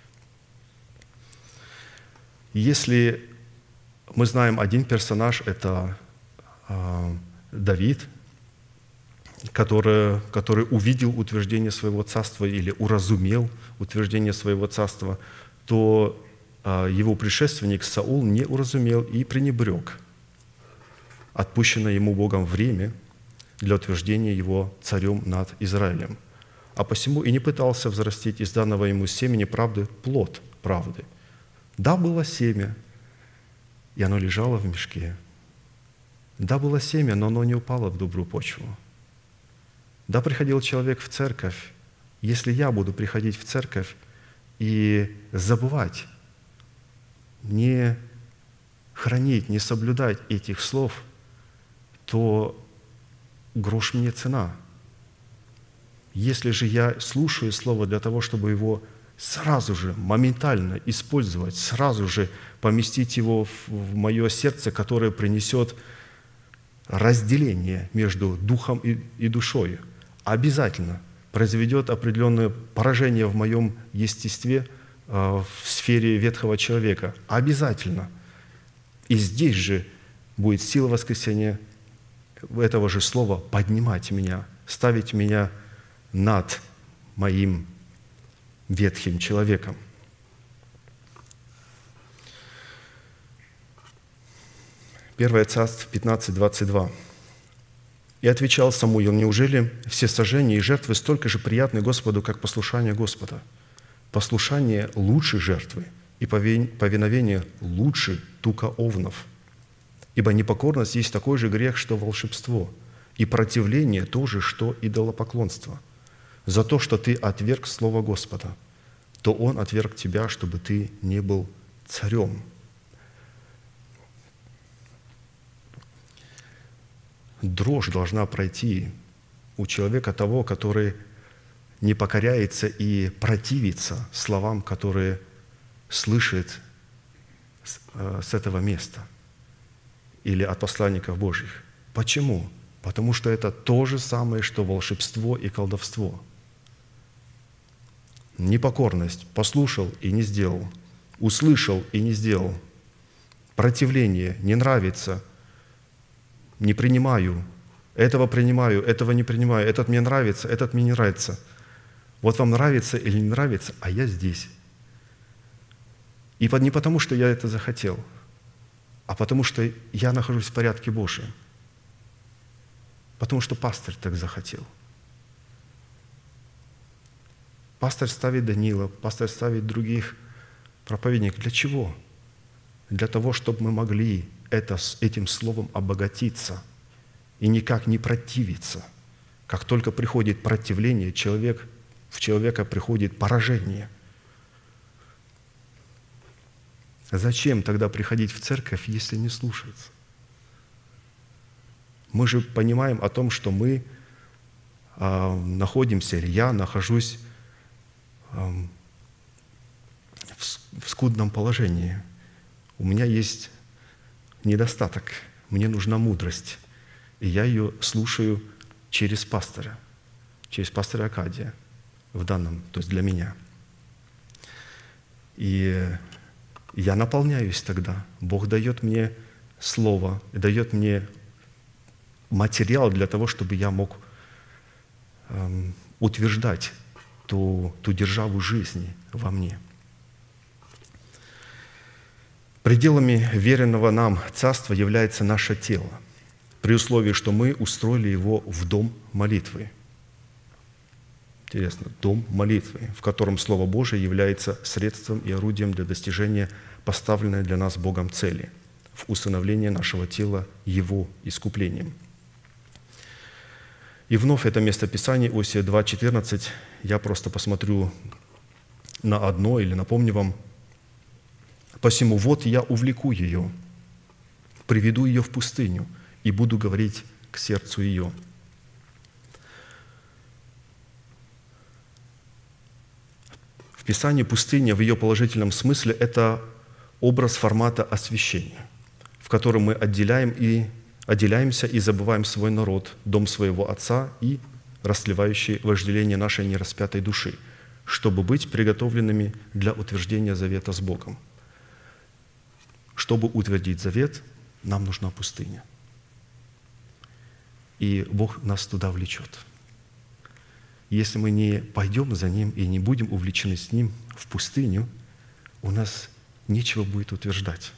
Если мы знаем один персонаж, это э, Давид, который, который увидел утверждение своего царства или уразумел утверждение своего царства, то э, его предшественник Саул не уразумел и пренебрег отпущенное ему Богом время для утверждения его царем над Израилем, а посему и не пытался взрастить из данного ему семени правды плод правды. Да, было семя, и оно лежало в мешке. Да, было семя, но оно не упало в добрую почву. Да, приходил человек в церковь. Если я буду приходить в церковь и забывать, не хранить, не соблюдать этих слов, то грош мне цена. Если же я слушаю Слово для того, чтобы его сразу же, моментально использовать, сразу же поместить его в мое сердце, которое принесет разделение между духом и, и душой, обязательно произведет определенное поражение в моем естестве, в сфере ветхого человека. Обязательно. И здесь же будет сила воскресения этого же слова поднимать меня, ставить меня над моим ветхим человеком. Первое Царств пятнадцать двадцать два. «И отвечал Самуил: неужели все сожжения и жертвы столько же приятны Господу, как послушание Господа? Послушание лучше жертвы, и повиновение лучше тука овнов. Ибо непокорность есть такой же грех, что волшебство, и противление то же, что идолопоклонство. За то, что ты отверг слово Господа, то Он отверг тебя, чтобы ты не был царем». Дрожь должна пройти у человека того, который не покоряется и противится словам, которые слышит с, э, с этого места или от посланников Божьих. Почему? Потому что это то же самое, что волшебство и колдовство. Непокорность. Послушал и не сделал. Услышал и не сделал. Противление. Не нравится. Не принимаю. Этого принимаю, этого не принимаю. Этот мне нравится, этот мне не нравится. Вот вам нравится или не нравится, а я здесь. И не потому, что я это захотел, а потому, что я нахожусь в порядке Божьем. Потому что пастырь так захотел. Пастырь ставит Данила, пастырь ставит других проповедников. Для чего? Для того, чтобы мы могли это, этим словом обогатиться и никак не противиться. Как только приходит противление, человек, в человека приходит поражение. Зачем тогда приходить в церковь, если не слушается? Мы же понимаем о том, что мы э, находимся, или я нахожусь э, в, в скудном положении. У меня есть недостаток, мне нужна мудрость, и я ее слушаю через пастора, через пастора Акадия в данном, то есть для меня. И я наполняюсь тогда. Бог дает мне слово, дает мне материал для того, чтобы я мог эм, утверждать ту, ту державу жизни во мне. Пределами веренного нам царства является наше тело, при условии, что мы устроили его в дом молитвы. Интересно, дом молитвы, в котором Слово Божие является средством и орудием для достижения поставленной для нас Богом цели в усыновлении нашего тела Его искуплением. И вновь это местописание Осия два четырнадцать. Я просто посмотрю на одно или напомню вам. «Посему вот я увлеку ее, приведу ее в пустыню и буду говорить к сердцу ее». В Писании пустыня в ее положительном смысле – это образ формата освящения, в котором мы отделяем и, отделяемся и забываем свой народ, дом своего Отца и растлевающий вожделение нашей нераспятой души, чтобы быть приготовленными для утверждения завета с Богом. Чтобы утвердить завет, нам нужна пустыня. И Бог нас туда влечет. Если мы не пойдем за Ним и не будем увлечены с Ним в пустыню, у нас нечего будет утверждать.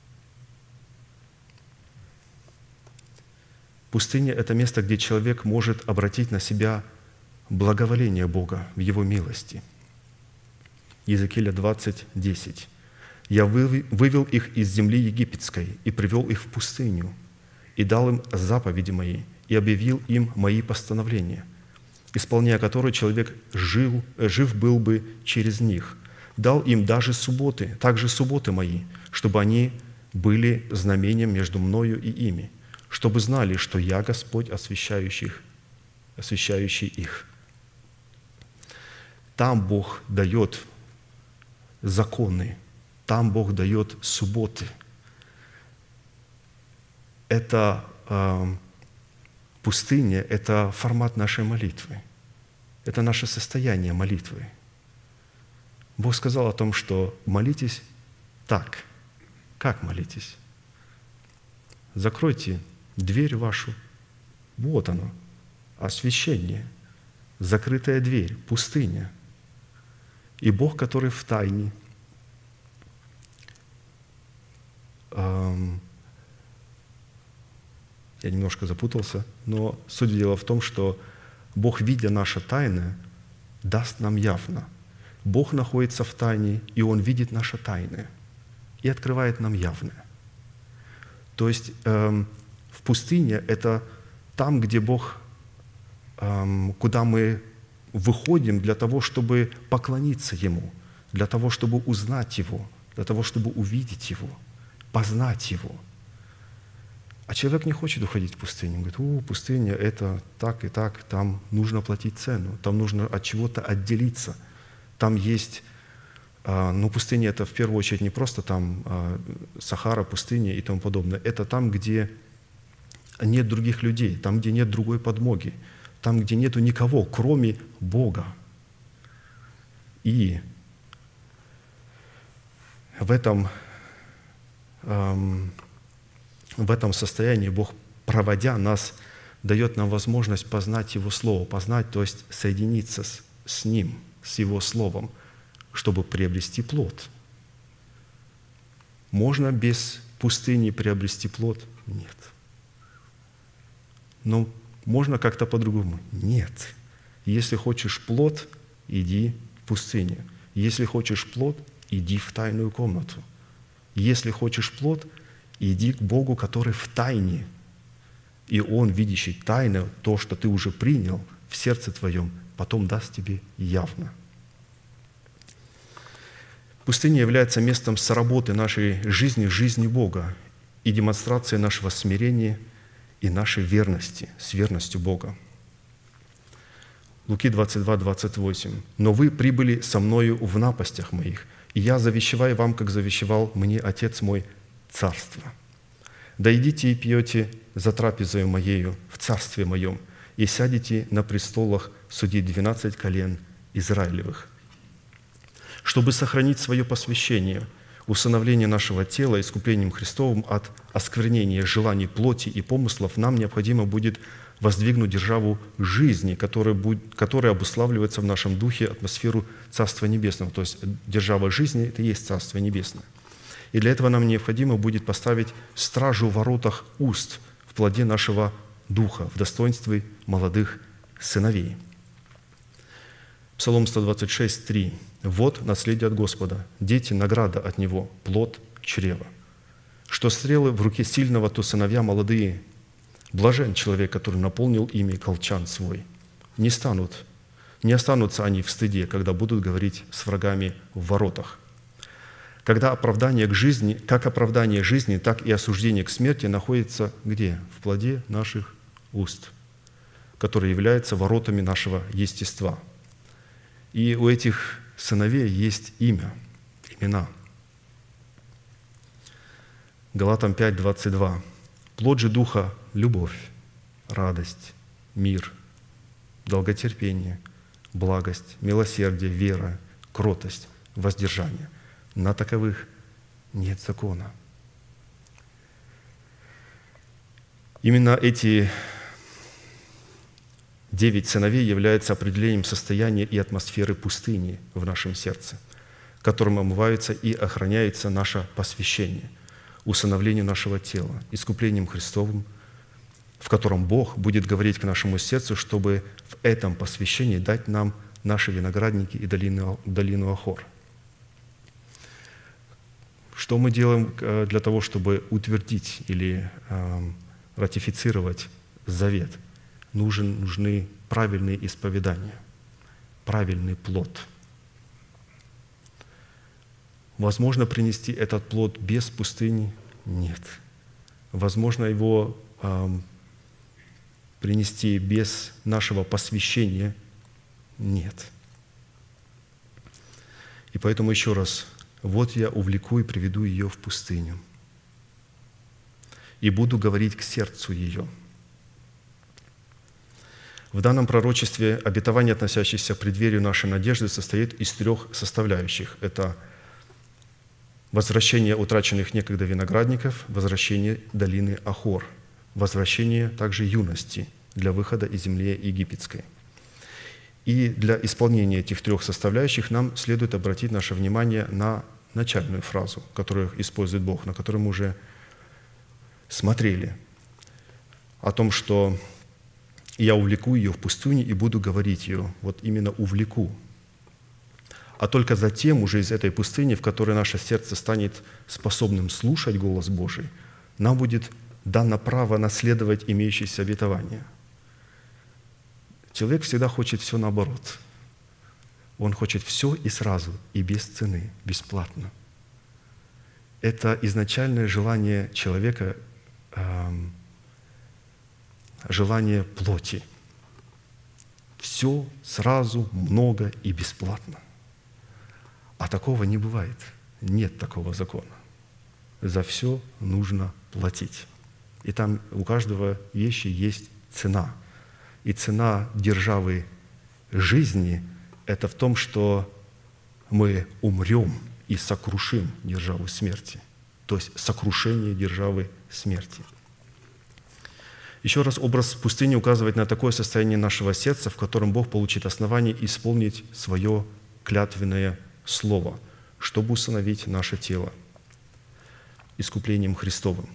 Пустыня – это место, где человек может обратить на себя благоволение Бога в Его милости. Иезекииля двадцать десять. «Я вывел их из земли египетской и привел их в пустыню, и дал им заповеди мои, и объявил им мои постановления, исполняя которые человек жил, жив был бы через них. Дал им даже субботы, также субботы мои, чтобы они были знамением между мною и ими, чтобы знали, что я Господь, освящающий, освящающий их». Там Бог дает законы, там Бог дает субботы. Это э, пустыня, это формат нашей молитвы. Это наше состояние молитвы. Бог сказал о том, что молитесь так. Как молитесь? Закройте дверь вашу. Вот оно, освящение. Закрытая дверь, пустыня. И Бог, который в тайне, эм, я немножко запутался, но суть дела в том, что Бог, видя наше тайное, даст нам явно. Бог находится в тайне, и Он видит наше тайное и открывает нам явное. То есть эм, в пустыне – это там, где Бог, эм, куда мы выходим для того, чтобы поклониться Ему, для того, чтобы узнать Его, для того, чтобы увидеть Его, познать Его. А человек не хочет уходить в пустыню. Он говорит: о, пустыня – это так и так, там нужно платить цену, там нужно от чего-то отделиться, там есть А, но пустыня – это в первую очередь не просто там а, Сахара, пустыня и тому подобное. Это там, где нет других людей, там, где нет другой подмоги, там, где нету никого, кроме Бога. И в этом, эм, в этом состоянии Бог, проводя нас, дает нам возможность познать Его Слово, познать, то есть соединиться с, с Ним, с Его Словом, чтобы приобрести плод. Можно без пустыни приобрести плод? Нет. Но можно как-то по-другому? Нет. Если хочешь плод, иди в пустыню. Если хочешь плод, иди в тайную комнату. Если хочешь плод, иди к Богу, который в тайне. И Он, видящий тайно то, что ты уже принял в сердце твоем, потом даст тебе явно. Пустыня является местом соработы нашей жизни, жизни Бога и демонстрацией нашего смирения и нашей верности, с верностью Бога. Луки двадцать два, двадцать восемь. «Но вы прибыли со мною в напастях моих, и я завещеваю вам, как завещевал мне Отец мой, царство. Да идите и пьете за трапезою моею в царстве моем, и сядете на престолах судить двенадцать колен Израилевых, чтобы сохранить свое посвящение, усыновление нашего тела искуплением Христовым от осквернения желаний плоти и помыслов, нам необходимо будет воздвигнуть державу жизни, которая, будет, которая обуславливается в нашем духе атмосферу Царства Небесного». То есть держава жизни – это и есть Царство Небесное. И для этого нам необходимо будет поставить стражу в воротах уст в плоде нашего духа, в достоинстве молодых сыновей. Псалом сто двадцать шесть, три. «Вот наследие от Господа, дети – награда от Него, плод чрева. Что стрелы в руке сильного, то сыновья молодые. Блажен человек, который наполнил ими колчан свой. Не станут, не останутся они в стыде, когда будут говорить с врагами в воротах. Когда оправдание к жизни, как оправдание жизни, так и осуждение к смерти находится где? В плоде наших уст, который является воротами нашего естества. И у этих сыновей есть имя, имена. Галатам пять, двадцать два. «Плод же Духа – любовь, радость, мир, долготерпение, благость, милосердие, вера, кротость, воздержание. На таковых нет закона». Именно эти девять сыновей являются определением состояния и атмосферы пустыни в нашем сердце, которым омывается и охраняется наше посвящение, усыновление нашего тела, искуплением Христовым, в котором Бог будет говорить к нашему сердцу, чтобы в этом посвящении дать нам наши виноградники и долину, долину Ахор. Что мы делаем для того, чтобы утвердить или э, ратифицировать завет? Нужен, нужны правильные исповедания, правильный плод. Возможно принести этот плод без пустыни? Нет. Возможно его э, принести без нашего посвящения? Нет. И поэтому еще раз, вот я увлеку и приведу ее в пустыню, и буду говорить к сердцу ее. В данном пророчестве обетование, относящееся к преддверию нашей надежды, состоит из трех составляющих. Это возвращение утраченных некогда виноградников, возвращение долины Ахор, возвращение также юности для выхода из земли египетской. И для исполнения этих трех составляющих нам следует обратить наше внимание на начальную фразу, которую использует Бог, на которую мы уже смотрели, о том, что «я увлеку ее в пустыню и буду говорить ее». Вот именно «увлеку». А только затем уже из этой пустыни, в которой наше сердце станет способным слушать голос Божий, нам будет дано право наследовать имеющиеся обетования. Человек всегда хочет все наоборот. Он хочет все и сразу, и без цены, бесплатно. Это изначальное желание человека, эм, желание плоти. Все сразу, много и бесплатно. А такого не бывает. Нет такого закона. За все нужно платить. И там у каждого вещи есть цена. И цена державы жизни – это в том, что мы умрем и сокрушим державу смерти. То есть сокрушение державы смерти. Еще раз, образ пустыни указывает на такое состояние нашего сердца, в котором Бог получит основание исполнить свое клятвенное слово, чтобы усыновить наше тело искуплением Христовым.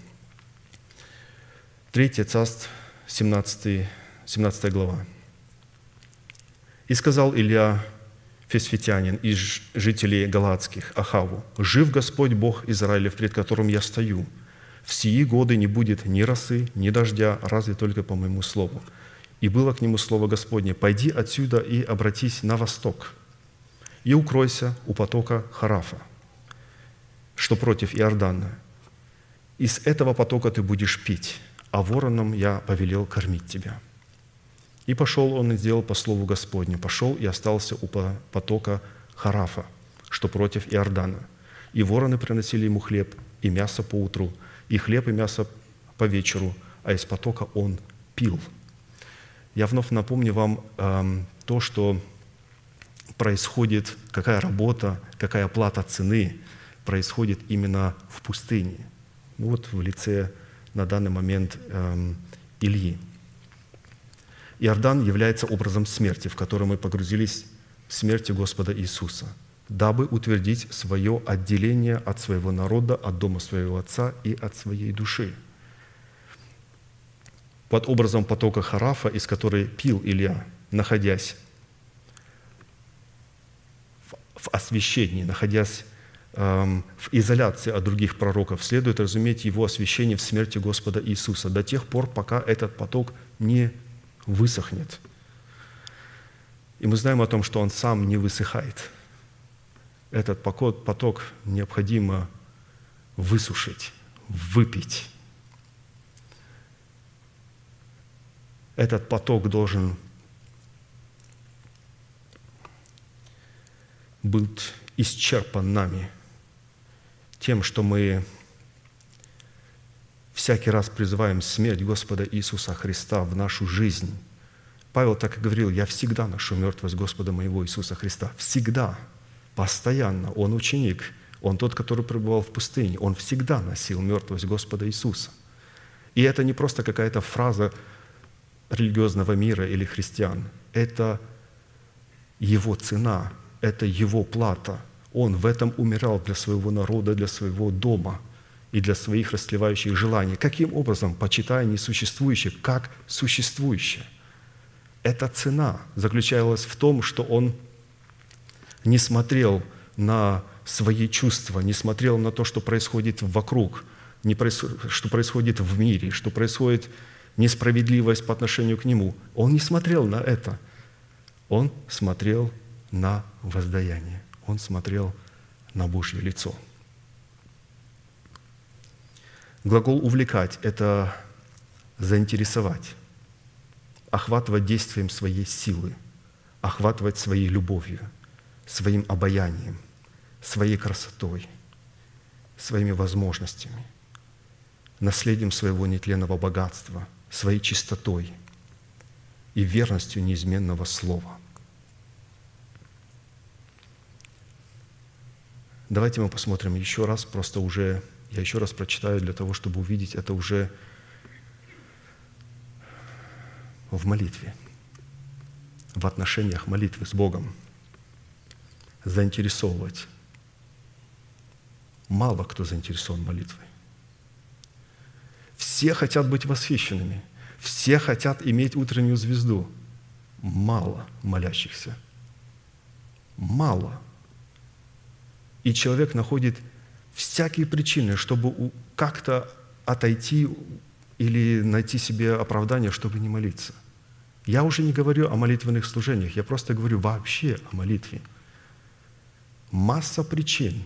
Третье Царств, семнадцатая глава. «И сказал Илья, фесфитянин, из жителей Галаадских, Ахаву: жив Господь Бог Израилев, пред которым я стою. В сии годы не будет ни росы, ни дождя, разве только по моему слову. И было к нему слово Господне: пойди отсюда и обратись на восток, и укройся у потока Харафа, что против Иордана. Из этого потока ты будешь пить, а вороном я повелел кормить тебя». И пошел он и сделал по слову Господню. Пошел и остался у потока Харафа, что против Иордана. И вороны приносили ему хлеб и мясо поутру, и хлеб и мясо по вечеру, а из потока он пил. Я вновь напомню вам э, то, что происходит, какая работа, какая плата цены происходит именно в пустыне. Ну вот в лице на данный момент э, Ильи. Иордан является образом смерти, в который мы погрузились в смерти Господа Иисуса, дабы утвердить свое отделение от своего народа, от дома своего отца и от своей души. Под образом потока Харафа, из которой пил Илья, находясь в освящении, находясь эм, в изоляции от других пророков, следует разуметь его освящение в смерти Господа Иисуса до тех пор, пока этот поток не высохнет. И мы знаем о том, что он сам не высыхает. Этот поток необходимо высушить, выпить. Этот поток должен быть исчерпан нами тем, что мы всякий раз призываем смерть Господа Иисуса Христа в нашу жизнь. Павел так и говорил: «Я всегда ношу мертвость Господа моего Иисуса Христа». Всегда, постоянно. Он ученик, он тот, который пребывал в пустыне. Он всегда носил мертвость Господа Иисуса. И это не просто какая-то фраза религиозного мира или христиан. Это его цена, это его плата. Он в этом умирал для своего народа, для своего дома и для своих растлевающих желаний. Каким образом? Почитая несуществующее как существующее. Эта цена заключалась в том, что он не смотрел на свои чувства, не смотрел на то, что происходит вокруг, не проис- что происходит в мире, что происходит несправедливость по отношению к нему. Он не смотрел на это. Он смотрел на воздаяние. Он смотрел на Божье лицо. Глагол «увлекать» — это заинтересовать, охватывать действием своей силы, охватывать своей любовью, своим обаянием, своей красотой, своими возможностями, наследием своего нетленного богатства, своей чистотой и верностью неизменного слова. Давайте мы посмотрим еще раз, просто уже, я еще раз прочитаю для того, чтобы увидеть это уже в молитве, в отношениях молитвы с Богом. Заинтересовывать. Мало кто заинтересован молитвой. Все хотят быть восхищенными. Все хотят иметь утреннюю звезду. Мало молящихся. Мало. И человек находит всякие причины, чтобы как-то отойти или найти себе оправдание, чтобы не молиться. Я уже не говорю о молитвенных служениях, я просто говорю вообще о молитве. Масса причин.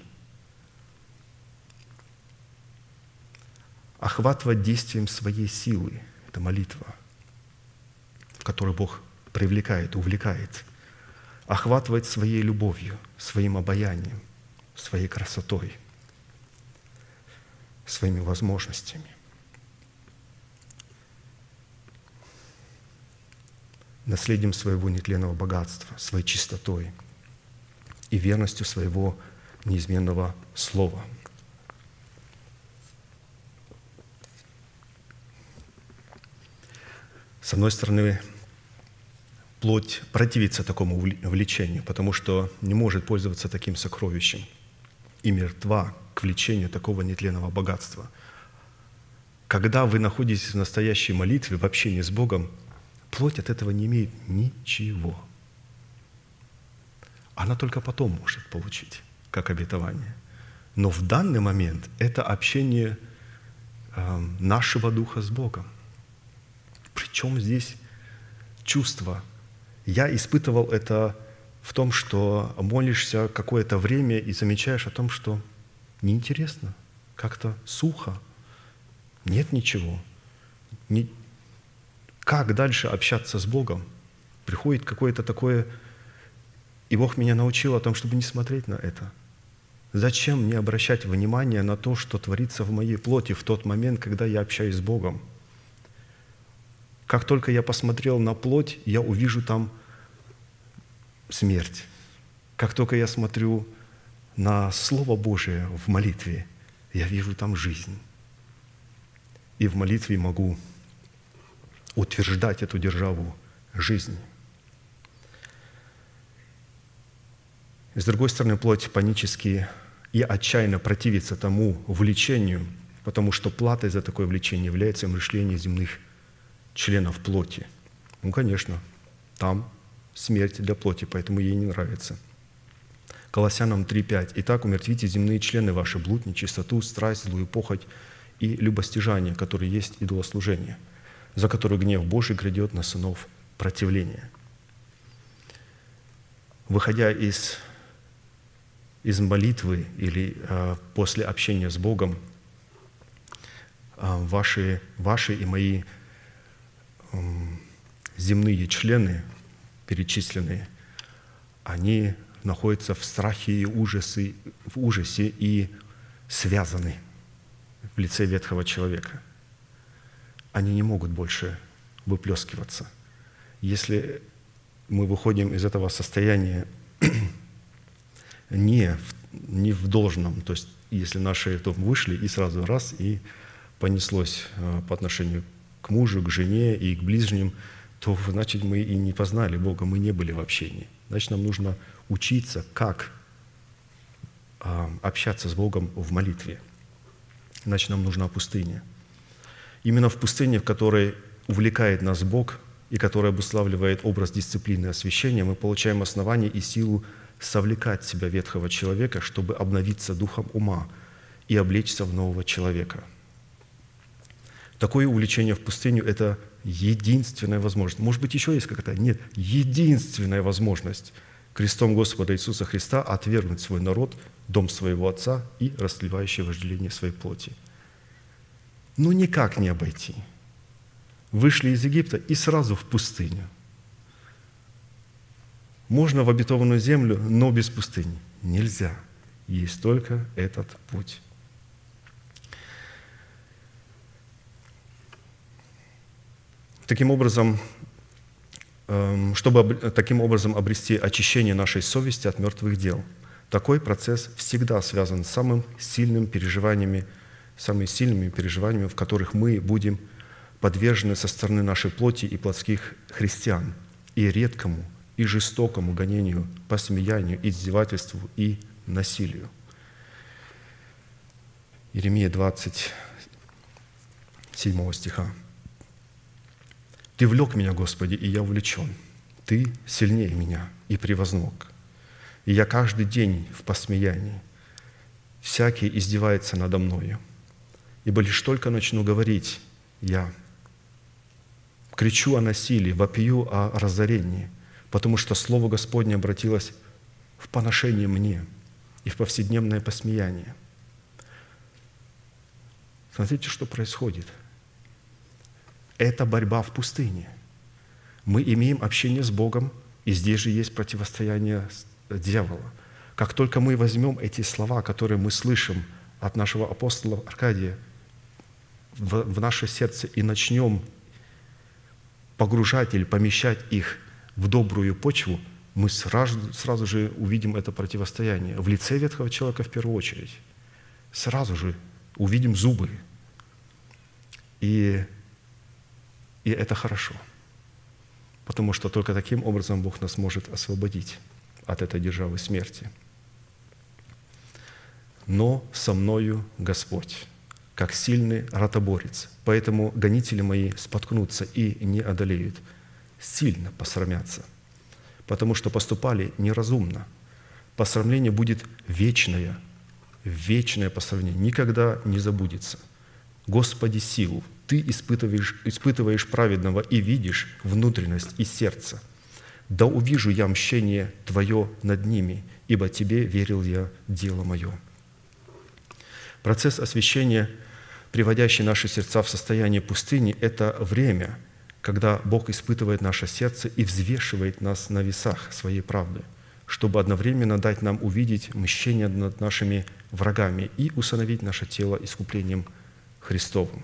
Охватывать действием своей силы – это молитва, в которой Бог привлекает, увлекает. охватывать своей любовью, своим обаянием, своей красотой, своими возможностями. Наследием своего нетленного богатства, своей чистотой и верностью своего неизменного слова. С одной стороны, плоть противится такому влечению, потому что не может пользоваться таким сокровищем и мертва к влечению такого нетленного богатства. Когда вы находитесь в настоящей молитве, в общении с Богом, плоть от этого не имеет ничего. Она только потом может получить, как обетование. Но в данный момент это общение э, нашего духа с Богом. Причем здесь чувство. Я испытывал это в том, что молишься какое-то время и замечаешь о том, что неинтересно, как-то сухо, нет ничего. Не... Как дальше общаться с Богом? Приходит какое-то такое... И Бог меня научил о том, чтобы не смотреть на это. Зачем мне обращать внимание на то, что творится в моей плоти в тот момент, когда я общаюсь с Богом? Как только я посмотрел на плоть, я увижу там смерть. Как только я смотрю на Слово Божие в молитве, я вижу там жизнь. И в молитве могу утверждать эту державу жизни. С другой стороны, плоть панически и отчаянно противится тому влечению, потому что платой за такое влечение является мышление земных членов плоти. Ну, конечно, там смерть для плоти, поэтому ей не нравится. Колоссянам три пять. «Итак, умертвите земные члены ваши, блуд, нечистоту, страсть, злую похоть и любостяжание, которые есть идолослужение, за которую гнев Божий грядет на сынов противления». Выходя из, из молитвы или э, после общения с Богом, э, ваши, ваши и мои э, земные члены, перечисленные, они находятся в страхе и ужасе, в ужасе и связаны в лице ветхого человека. Они не могут больше выплескиваться. Если мы выходим из этого состояния не в, не в должном, то есть если наши то вышли и сразу раз, и понеслось по отношению к мужу, к жене и к ближним, то значит мы и не познали Бога, мы не были в общении. Значит, нам нужно учиться, как общаться с Богом в молитве. Значит, нам нужна пустыня. Именно в пустыне, в которой увлекает нас Бог и которая обуславливает образ дисциплины и освящения, мы получаем основание и силу совлекать в себя ветхого человека, чтобы обновиться духом ума и облечься в нового человека. Такое увлечение в пустыню – это единственная возможность. Может быть, еще есть какая-то? Нет, единственная возможность крестом Господа Иисуса Христа отвергнуть свой народ, дом своего Отца и растлевающее вожделение своей плоти. Ну, никак не обойти. Вышли из Египта и сразу в пустыню. Можно в обетованную землю, но без пустыни. Нельзя. Есть только этот путь. Таким образом, чтобы таким образом обрести очищение нашей совести от мертвых дел, такой процесс всегда связан с самым сильным переживаниями, самыми сильными переживаниями, в которых мы будем подвержены со стороны нашей плоти и плотских христиан и редкому, и жестокому гонению, посмеянию, издевательству и насилию. Иеремия двадцать седьмого стиха. «Ты влек меня, Господи, и я увлечен. Ты сильнее меня и превозног. И я каждый день в посмеянии. Всякий издевается надо мною. Ибо лишь только начну говорить, я кричу о насилии, вопию о разорении, потому что Слово Господне обратилось в поношение мне и в повседневное посмеяние». Смотрите, что происходит. Это борьба в пустыне. Мы имеем общение с Богом, И здесь же есть противостояние дьявола. Как только мы возьмем эти слова, которые мы слышим от нашего апостола Аркадия в, в наше сердце и начнем погружать или помещать их в добрую почву, мы сразу, сразу же увидим это противостояние. В лице ветхого человека в первую очередь. Сразу же увидим зубы. И, и это хорошо. Потому что только таким образом Бог нас может освободить от этой державы смерти. Но со мною Господь, как сильный ротоборец. Поэтому гонители мои споткнутся и не одолеют, сильно посрамятся, потому что поступали неразумно. Посрамление будет вечное, вечное посрамление, никогда не забудется. Господи, силу, Ты испытываешь, испытываешь праведного и видишь внутренность и сердце. Да увижу я мщение Твое над ними, ибо Тебе верил я дело мое». Процесс освящения, приводящий наши сердца в состояние пустыни, это время, когда Бог испытывает наше сердце и взвешивает нас на весах своей правды, чтобы одновременно дать нам увидеть мщение над нашими врагами и усыновить наше тело искуплением Христовым.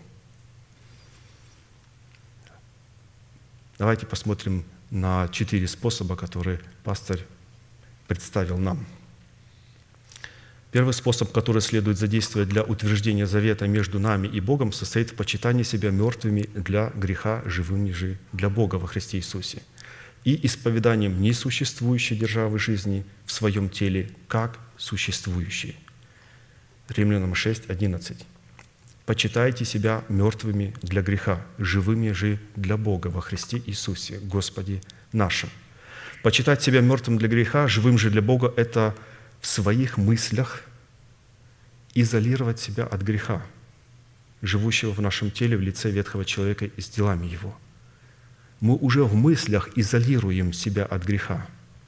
Давайте посмотрим на четыре способа, которые пастор представил нам. Первый способ, который следует задействовать для утверждения завета между нами и Богом, состоит в почитании себя мертвыми для греха, живыми же для Бога во Христе Иисусе и исповеданием несуществующей державы жизни в своем теле как существующей. Римлянам шесть, одиннадцать. «Почитайте себя мертвыми для греха, живыми же для Бога во Христе Иисусе, Господе нашим». Почитать себя мертвым для греха, живым же для Бога – это в своих мыслях изолировать себя от греха, живущего в нашем теле в лице ветхого человека и с делами его. Мы уже в мыслях изолируем себя от греха.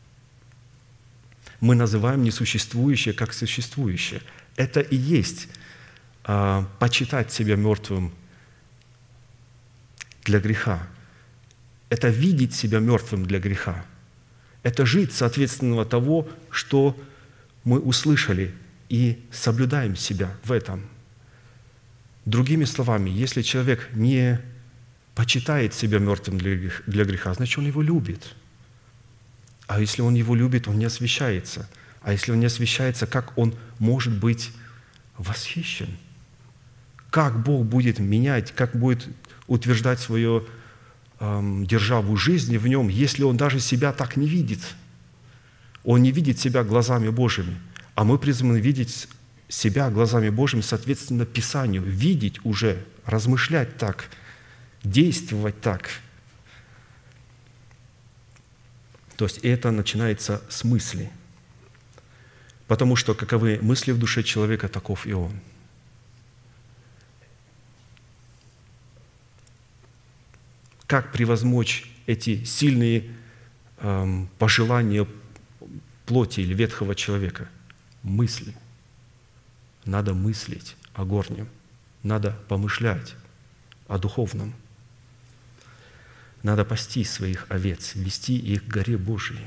Мы называем несуществующее как существующее. Это и есть а, почитать себя мертвым для греха. Это видеть себя мертвым для греха. Это жить соответственно того, что мы услышали, и соблюдаем себя в этом. Другими словами, если человек не почитает себя мертвым для греха, значит, он его любит. А если он его любит, он не освящается. А если он не освящается, как он может быть восхищен? Как Бог будет менять, как будет утверждать свою эм, державу жизни в нем, если он даже себя так не видит? Он не видит себя глазами Божьими, а мы призваны видеть себя глазами Божьими, соответственно, Писанию, видеть уже, размышлять так, действовать так. То есть это начинается с мысли. Потому что каковы мысли в душе человека, таков и он. Как превозмочь эти сильные эм, пожелания плоти или ветхого человека? Мысли. Надо мыслить о горнем. Надо помышлять о духовном. Надо пасти своих овец, вести их к горе Божией.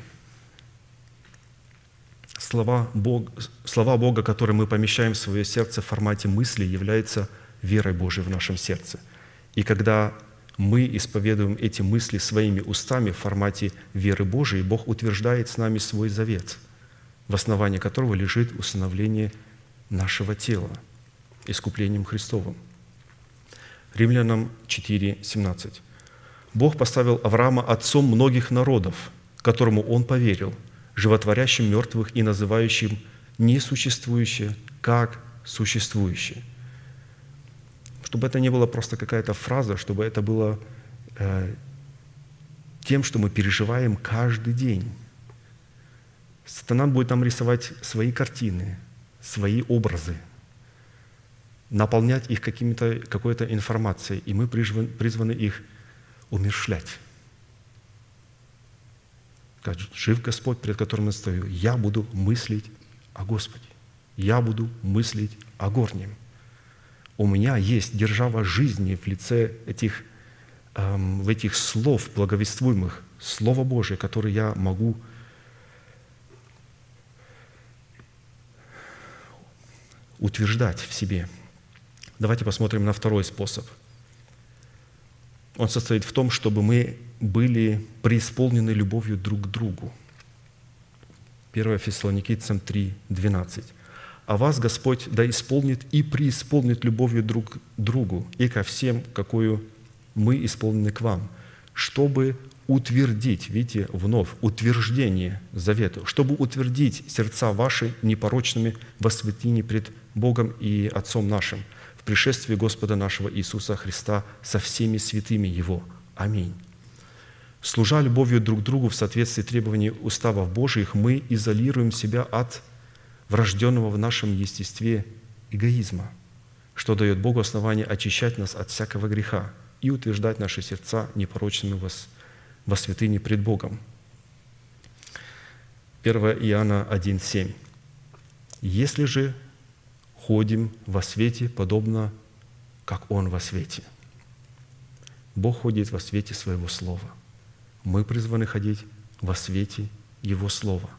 Слова, Бог, слова Бога, которые мы помещаем в свое сердце в формате мысли, являются верой Божией в нашем сердце. И когда мы исповедуем эти мысли своими устами в формате веры Божией, Бог утверждает с нами свой завет, в основании которого лежит усыновление нашего тела искуплением Христовым. Римлянам четыре, семнадцать. «Бог поставил Авраама отцом многих народов, которому он поверил, животворящим мертвых и называющим несуществующее как существующее». Чтобы это не было просто какая-то фраза, чтобы это было э, тем, что мы переживаем каждый день. Сатана будет нам рисовать свои картины, свои образы, наполнять их какими-то, какой-то информацией, и мы призваны, призваны их умерщвлять. Скажет: «Жив Господь, перед которым я стою, я буду мыслить о Господе, я буду мыслить о горнем. У меня есть держава жизни в лице этих эм, в этих слов благовествуемых, Слово Божие, которое я могу утверждать в себе. Давайте посмотрим на второй способ. Он состоит в том, чтобы мы были преисполнены любовью друг к другу. первое Фессалоникийцам три, двенадцать. «А вас Господь да исполнит и преисполнит любовью друг к другу и ко всем, какую мы исполнены к вам, чтобы утвердить», видите, вновь, утверждение завета, чтобы утвердить сердца ваши непорочными во святыне пред Богом и Отцом нашим в пришествии Господа нашего Иисуса Христа со всеми святыми Его. Аминь. Служа любовью друг к другу в соответствии требований уставов Божиих, мы изолируем себя от врожденного в нашем естестве эгоизма, что дает Богу основание очищать нас от всякого греха и утверждать наши сердца непорочными во, во святыне пред Богом. первое Иоанна один, семь. «Если же ходим во свете, подобно как Он во свете». Бог ходит во свете Своего Слова. Мы призваны ходить во свете Его Слова.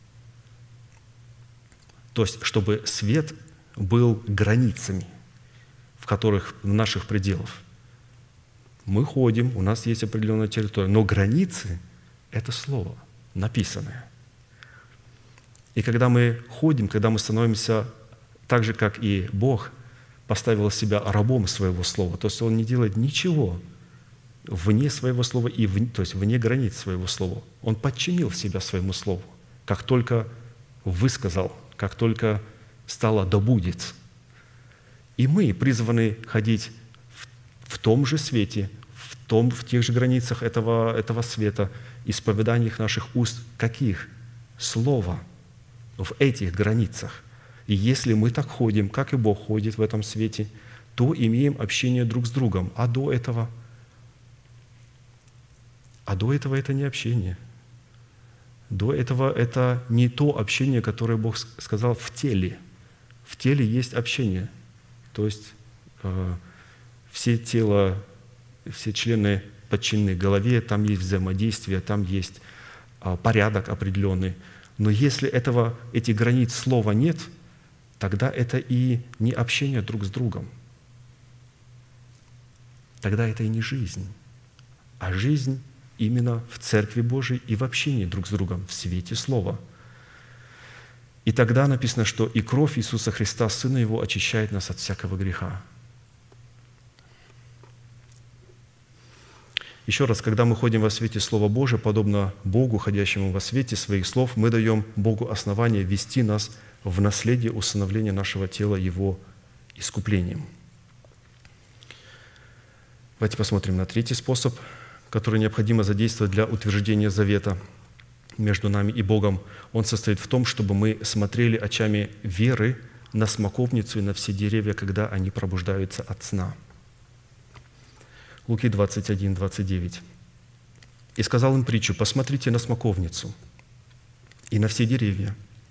То есть, чтобы свет был границами, в которых, в наших пределах. Мы ходим, у нас есть определенная территория, но границы – это Слово, написанное. И когда мы ходим, когда мы становимся так же, как и Бог поставил себя рабом Своего Слова, то есть Он не делает ничего вне Своего Слова, и вне, то есть вне границ Своего Слова. Он подчинил себя Своему Слову, как только высказал, как только стало «да будет». И мы призваны ходить в, в том же свете, в, том, в тех же границах этого, этого света, исповеданиях наших уст. Каких? Слова. В этих границах. И если мы так ходим, как и Бог ходит в этом свете, то имеем общение друг с другом. А до этого? А до этого это не общение. До этого это не то общение, которое Бог сказал в теле. В теле есть общение. То есть э, все тело, все члены подчинены голове, там есть взаимодействие, там есть э, порядок определенный. Но если этого, этих границ слова нет, тогда это и не общение друг с другом. Тогда это и не жизнь, а жизнь именно в Церкви Божией и в общении друг с другом, в свете Слова. И тогда написано, что и кровь Иисуса Христа, Сына Его, очищает нас от всякого греха. Еще раз, когда мы ходим во свете Слова Божия, подобно Богу, ходящему во свете своих слов, мы даем Богу основание вести нас в наследие усыновления нашего тела Его искуплением. Давайте посмотрим на третий способ, который необходимо задействовать для утверждения завета между нами и Богом. Он состоит в том, чтобы мы смотрели очами веры на смоковницу и на все деревья, когда они пробуждаются от сна. Луки двадцать один, двадцать девять. «И сказал им притчу: посмотрите на смоковницу и на все деревья».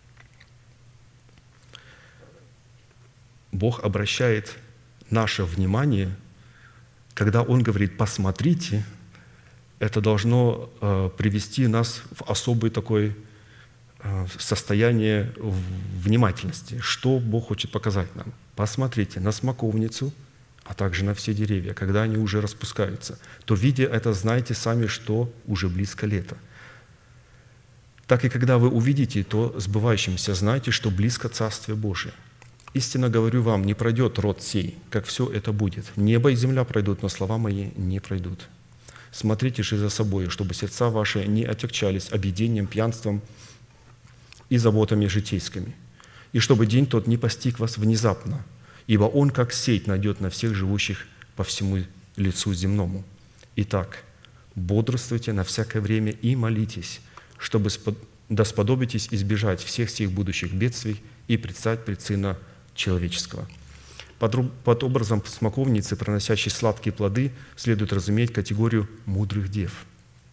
Бог обращает наше внимание, когда Он говорит «посмотрите», это должно э, привести нас в особое такое э, состояние внимательности. Что Бог хочет показать нам? Посмотрите на смоковницу, а также на все деревья, когда они уже распускаются. То, видя это, знайте сами, что уже близко лето. Так и когда вы увидите то сбывающимся, знайте, что близко Царствие Божие. Истинно говорю вам, не пройдет род сей, как все это будет. Небо и земля пройдут, но слова мои не пройдут. Смотрите же за собой, чтобы сердца ваши не отягчались объедением, пьянством и заботами житейскими, и чтобы день тот не постиг вас внезапно, ибо он, как сеть, найдет на всех живущих по всему лицу земному. Итак, бодрствуйте на всякое время и молитесь, чтобы да сподобитесь избежать всех сих будущих бедствий и предстать пред Сына Человеческого». Под образом смоковницы, приносящей сладкие плоды, следует разуметь категорию мудрых дев,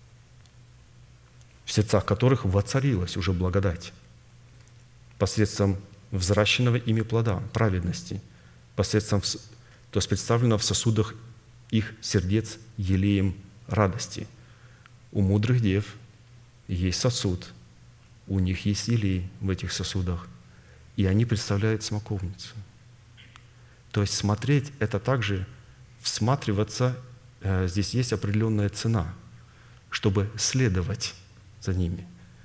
в сердцах которых воцарилась уже благодать посредством взращенного ими плода праведности, посредством, то есть представлено в сосудах их сердец елеем радости. У мудрых дев есть сосуд, у них есть елей в этих сосудах, и они представляют смоковницу. То есть смотреть – это также всматриваться, здесь есть определенная цена, чтобы следовать за ними.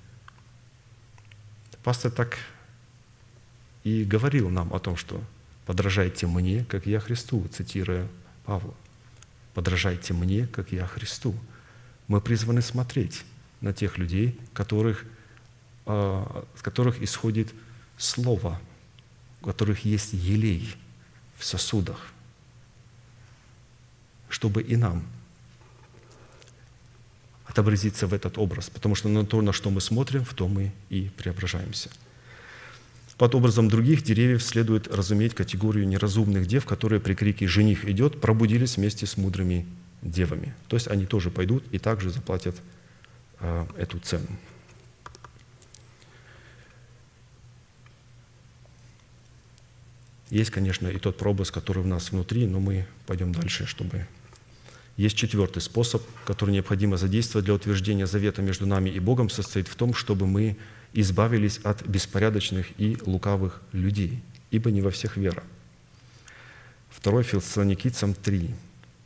Пастор так и говорил нам о том, что «подражайте мне, как я Христу», цитируя Павла. «Подражайте мне, как я Христу». Мы призваны смотреть на тех людей, которых, с которых исходит Слово, у которых есть елей в сосудах, чтобы и нам отобразиться в этот образ, потому что на то, на что мы смотрим, в то мы и преображаемся. Под образом других деревьев следует разуметь категорию неразумных дев, которые при крике «жених идет» пробудились вместе с мудрыми девами. То есть они тоже пойдут и также заплатят э, эту цену. Есть, конечно, и тот прообраз, который у нас внутри, но мы пойдем дальше, чтобы... Есть четвертый способ, который необходимо задействовать для утверждения завета между нами и Богом, состоит в том, чтобы мы избавились от беспорядочных и лукавых людей, ибо не во всех вера. второе Фессалоникийцам три.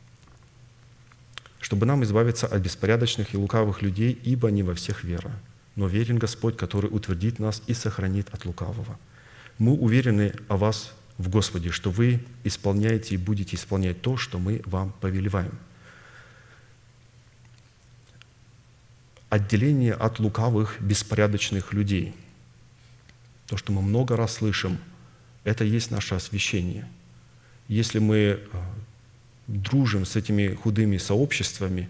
Чтобы нам избавиться от беспорядочных и лукавых людей, ибо не во всех вера, но верен Господь, который утвердит нас и сохранит от лукавого. Мы уверены о вас в Господе, что вы исполняете и будете исполнять то, что мы вам повелеваем. Отделение от лукавых, беспорядочных людей. То, что мы много раз слышим, это есть наше освящение. Если мы дружим с этими худыми сообществами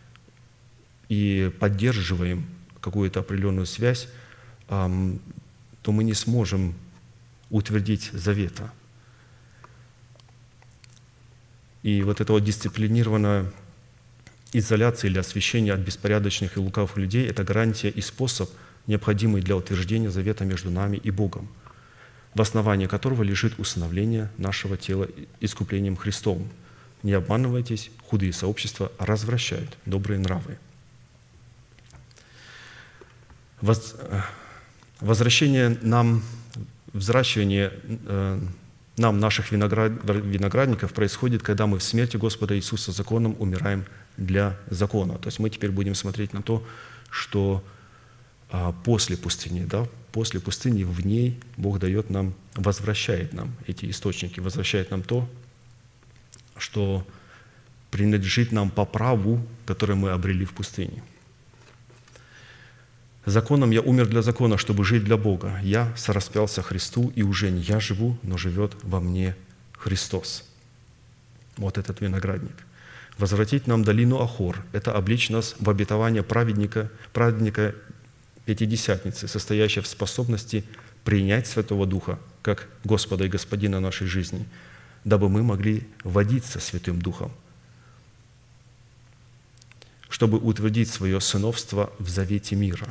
и поддерживаем какую-то определенную связь, то мы не сможем утвердить завета. И вот эта вот дисциплинированная изоляция или освящение от беспорядочных и лукавых людей – это гарантия и способ, необходимый для утверждения завета между нами и Богом, в основании которого лежит усыновление нашего тела искуплением Христовым. Не обманывайтесь, худые сообщества развращают добрые нравы. Возвращение нам, взращивание нам наших виноградников происходит, когда мы в смерти Господа Иисуса законом умираем для закона. То есть мы теперь будем смотреть на то, что после пустыни, да, после пустыни в ней Бог дает нам, возвращает нам эти источники, возвращает нам то, что принадлежит нам по праву, которое мы обрели в пустыне. Законом я умер для закона, чтобы жить для Бога. Я сораспялся Христу, и уже не я живу, но живет во мне Христос. Вот этот виноградник. Возвратить нам долину Ахор – это обличь нас в обетование праведника, праведника Пятидесятницы, состоящее в способности принять Святого Духа как Господа и Господина нашей жизни, дабы мы могли водиться Святым Духом, чтобы утвердить свое сыновство в завете мира.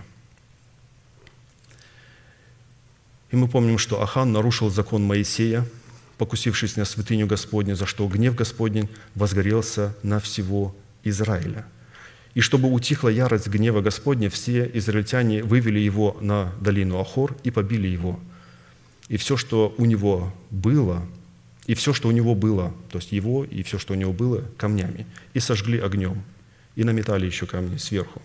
И мы помним, что Ахан нарушил закон Моисея, покусившись на святыню Господню, за что гнев Господень возгорелся на всего Израиля. И чтобы утихла ярость гнева Господня, все израильтяне вывели его на долину Ахор и побили его. И все, что у него было, и все, что у него было, то есть его и все, что у него было, камнями, и сожгли огнем, и наметали еще камни сверху.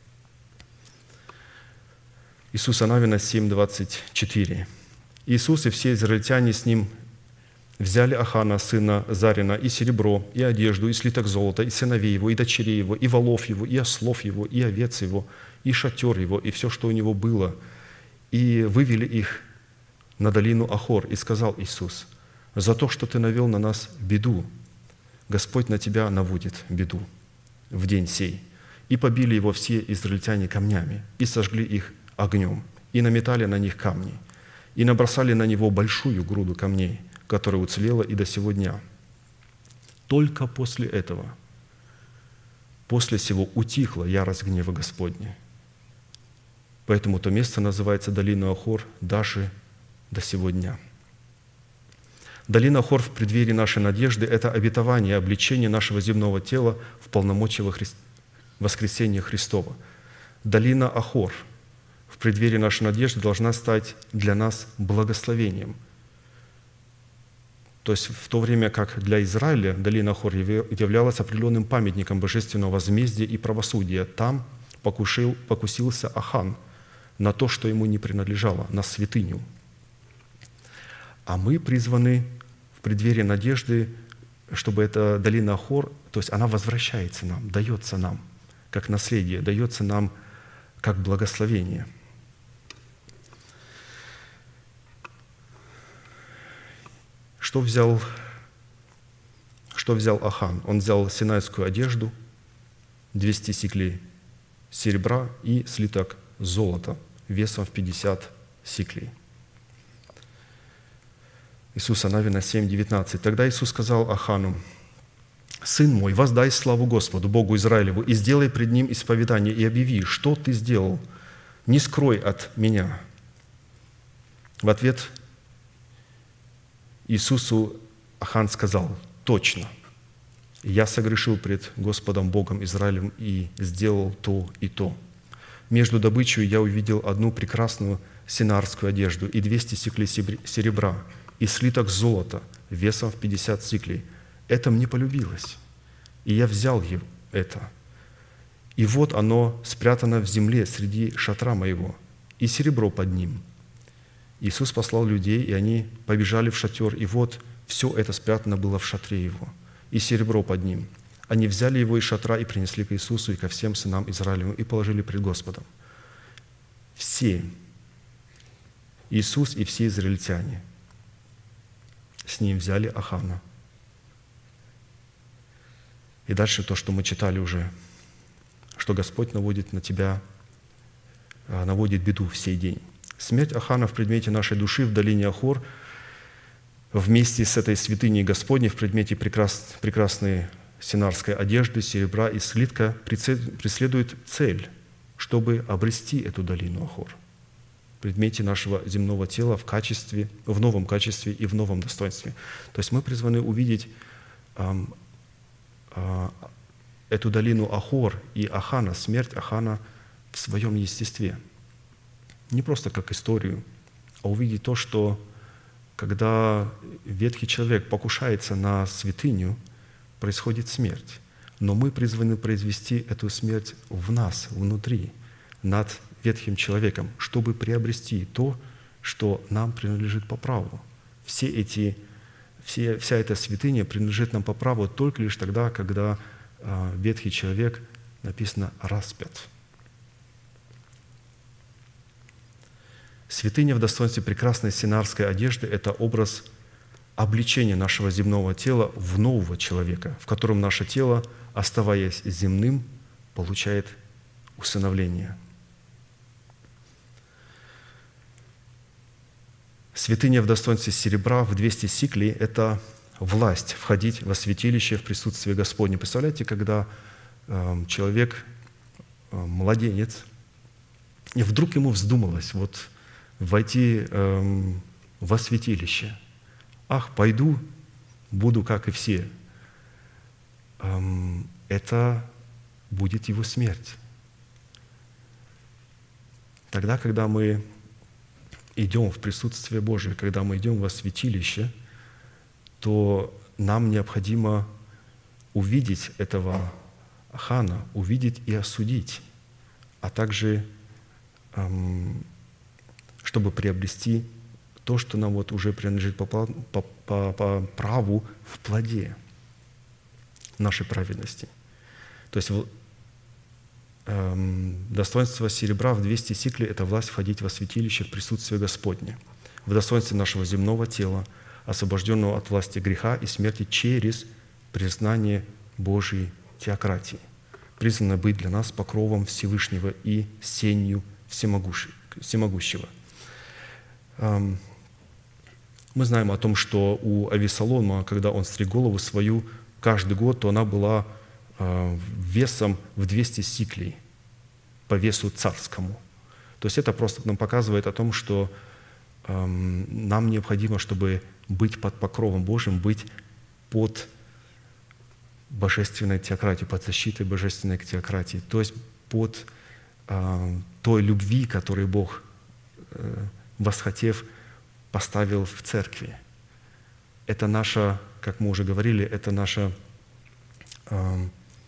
Иисуса Навина семь двадцать четыре. Иисус и все израильтяне с ним взяли Ахана, сына Зарина, и серебро, и одежду, и слиток золота, и сыновей его, и дочерей его, и волов его, и ослов его, и овец его, и шатер его, и все, что у него было, и вывели их на долину Ахор. И сказал Иисус: «За то, что ты навел на нас беду, Господь на тебя наводит беду в день сей». И побили его все израильтяне камнями, и сожгли их огнем, и наметали на них камни, и набросали на него большую груду камней, которая уцелела и до сего дня. Только после этого, после сего утихла ярость гнева Господня. Поэтому то место называется долина Ахор даже до сего дня. Долина Ахор в преддверии нашей надежды – это обетование, обличение нашего земного тела в полномочия воскресения Христова. Долина Ахор в преддверии нашей надежды должна стать для нас благословением. То есть в то время как для Израиля долина Ахор являлась определенным памятником божественного возмездия и правосудия, там покушил, покусился Ахан на то, что ему не принадлежало, на святыню. А мы призваны в преддверии надежды, чтобы эта долина Ахор, то есть она возвращается нам, дается нам как наследие, дается нам как благословение. Что взял, что взял Ахан? Он взял синайскую одежду, двести сиклей серебра и слиток золота весом в пятьдесят сиклей. Иисуса Навина семь девятнадцать. Тогда Иисус сказал Ахану: «Сын мой, воздай славу Господу, Богу Израилеву, и сделай пред Ним исповедание, и объяви, что ты сделал. Не скрой от меня». В ответ Иисусу Ахан сказал: «Точно, я согрешил пред Господом Богом Израилем и сделал то и то. Между добычей я увидел одну прекрасную синарскую одежду и двести сиклей серебра, и слиток золота весом в пятьдесят сиклей. Это мне полюбилось, и я взял это. И вот оно спрятано в земле среди шатра моего, и серебро под ним». Иисус послал людей, и они побежали в шатер, и вот все это спрятано было в шатре его, и серебро под ним. Они взяли его из шатра и принесли к Иисусу и ко всем сынам Израилевым, и положили пред Господом. Все, Иисус и все израильтяне, с ним взяли Ахана. И дальше то, что мы читали уже, что Господь наводит на тебя, наводит беду в сей день. Смерть Ахана в предмете нашей души в долине Ахор вместе с этой святыней Господней в предмете прекрас, прекрасной синарской одежды, серебра и слитка преследует цель, чтобы обрести эту долину Ахор в предмете нашего земного тела в качестве, в новом качестве и в новом достоинстве. То есть мы призваны увидеть эм, э, эту долину Ахор и Ахана, смерть Ахана в своем естестве. Не просто как историю, а увидеть то, что когда ветхий человек покушается на святыню, происходит смерть. Но мы призваны произвести эту смерть в нас, внутри, над ветхим человеком, чтобы приобрести то, что нам принадлежит по праву. Все эти, все, вся эта святыня принадлежит нам по праву только лишь тогда, когда э, ветхий человек, написано, распят. Святыня в достоинстве прекрасной синарской одежды – это образ обличения нашего земного тела в нового человека, в котором наше тело, оставаясь земным, получает усыновление. Святыня в достоинстве серебра в двести сиклей – это власть входить во святилище в присутствии Господне. Представляете, когда э, человек, э, младенец, и вдруг ему вздумалось вот войти э, во святилище. Ах, пойду, буду как и все. Эм, это будет его смерть. Тогда, когда мы идем в присутствие Божие, когда мы идем во святилище, то нам необходимо увидеть этого Ахана, увидеть и осудить, а также эм, чтобы приобрести то, что нам вот уже принадлежит по, по, по, по праву в плоде нашей праведности. То есть эм, достоинство серебра в двести сиклей – это власть входить во святилище в присутствие Господне, в достоинстве нашего земного тела, освобожденного от власти греха и смерти через признание Божьей теократии, призвано быть для нас покровом Всевышнего и сенью всемогущего. Мы знаем о том, что у Авесолома, когда он стриг голову свою каждый год, то она была весом в двести сиклей по весу царскому. То есть это просто нам показывает о том, что нам необходимо, чтобы быть под покровом Божьим, быть под божественной теократией, под защитой божественной теократии, то есть под э, той любви, которую Бог, э, восхотев, поставил в церкви. Это наша, как мы уже говорили, это наша э,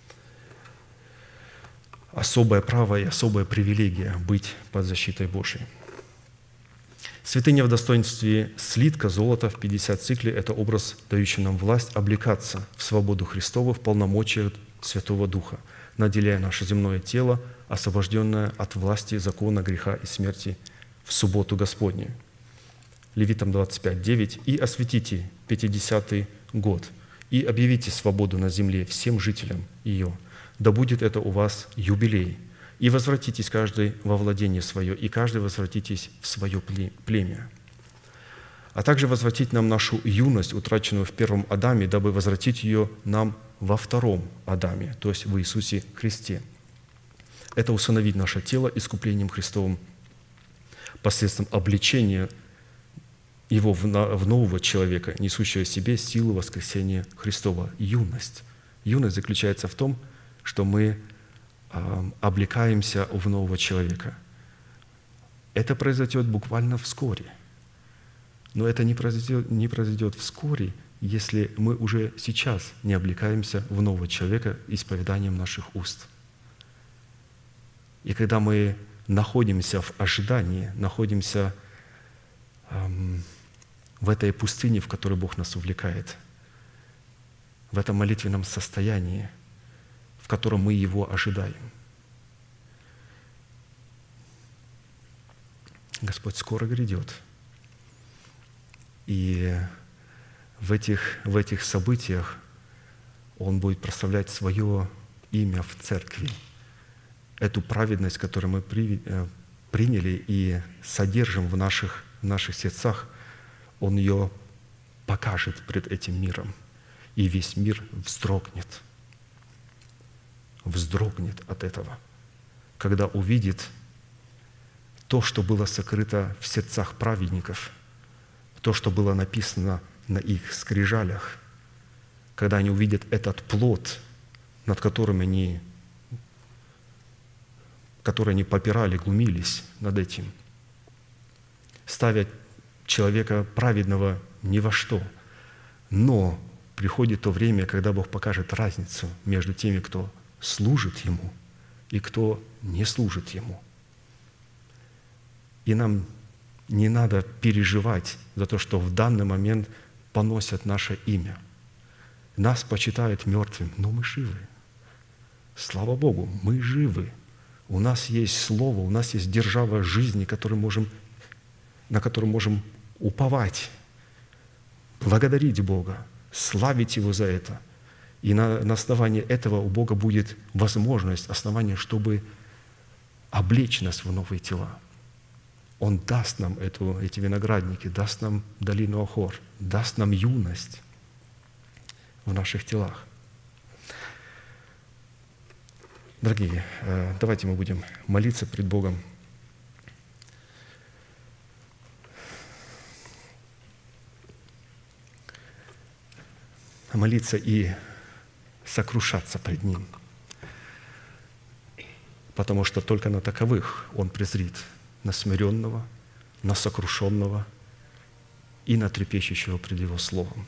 особое право и особая привилегия быть под защитой Божией. Святыня в достоинстве слитка золота в пятьдесят сиклей – это образ, дающий нам власть облекаться в свободу Христову в полномочиях Святого Духа, наделяя наше земное тело, освобожденное от власти закона, греха и смерти в субботу Господнюю. Левитам двадцать пять, девять. «И осветите пятидесятый год, и объявите свободу на земле всем жителям ее. Да будет это у вас юбилей. И возвратитесь каждый во владение свое, и каждый возвратитесь в свое племя. А также возвратить нам нашу юность, утраченную в первом Адаме, дабы возвратить ее нам во втором Адаме, то есть в Иисусе Христе. Это усыновить наше тело искуплением Христовым посредством обличения его в нового человека, несущего в себе силу воскресения Христова. Юность. Юность заключается в том, что мы облекаемся в нового человека. Это произойдет буквально вскоре. Но это не произойдет, не произойдет вскоре, если мы уже сейчас не облекаемся в нового человека исповеданием наших уст. И когда мы находимся в ожидании, находимся эм, в этой пустыне, в которой Бог нас увлекает, в этом молитвенном состоянии, в котором мы Его ожидаем. Господь скоро грядет. И в этих, в этих событиях Он будет прославлять Свое имя в церкви. Эту праведность, которую мы при, приняли и содержим в наших, в наших сердцах, Он ее покажет пред этим миром. И весь мир вздрогнет. вздрогнет от этого, когда увидит то, что было сокрыто в сердцах праведников, то, что было написано на их скрижалях, когда они увидят этот плод, над которым они, который они попирали, глумились над этим, ставят человека праведного ни во что. Но приходит то время, когда Бог покажет разницу между теми, кто служит Ему и кто не служит Ему. И нам не надо переживать за то, что в данный момент поносят наше имя. Нас почитают мертвым, но мы живы. Слава Богу, мы живы. У нас есть Слово, у нас есть держава жизни, который можем, на которую можем уповать, благодарить Бога, славить Его за это. И на, на основании этого у Бога будет возможность, основание, чтобы облечь нас в новые тела. Он даст нам эту, эти виноградники, даст нам долину Ахор, даст нам юность в наших телах. Дорогие, давайте мы будем молиться пред Богом. Молиться и сокрушаться пред Ним. Потому что только на таковых Он презрит, на смиренного, на сокрушенного и на трепещущего пред Его Словом.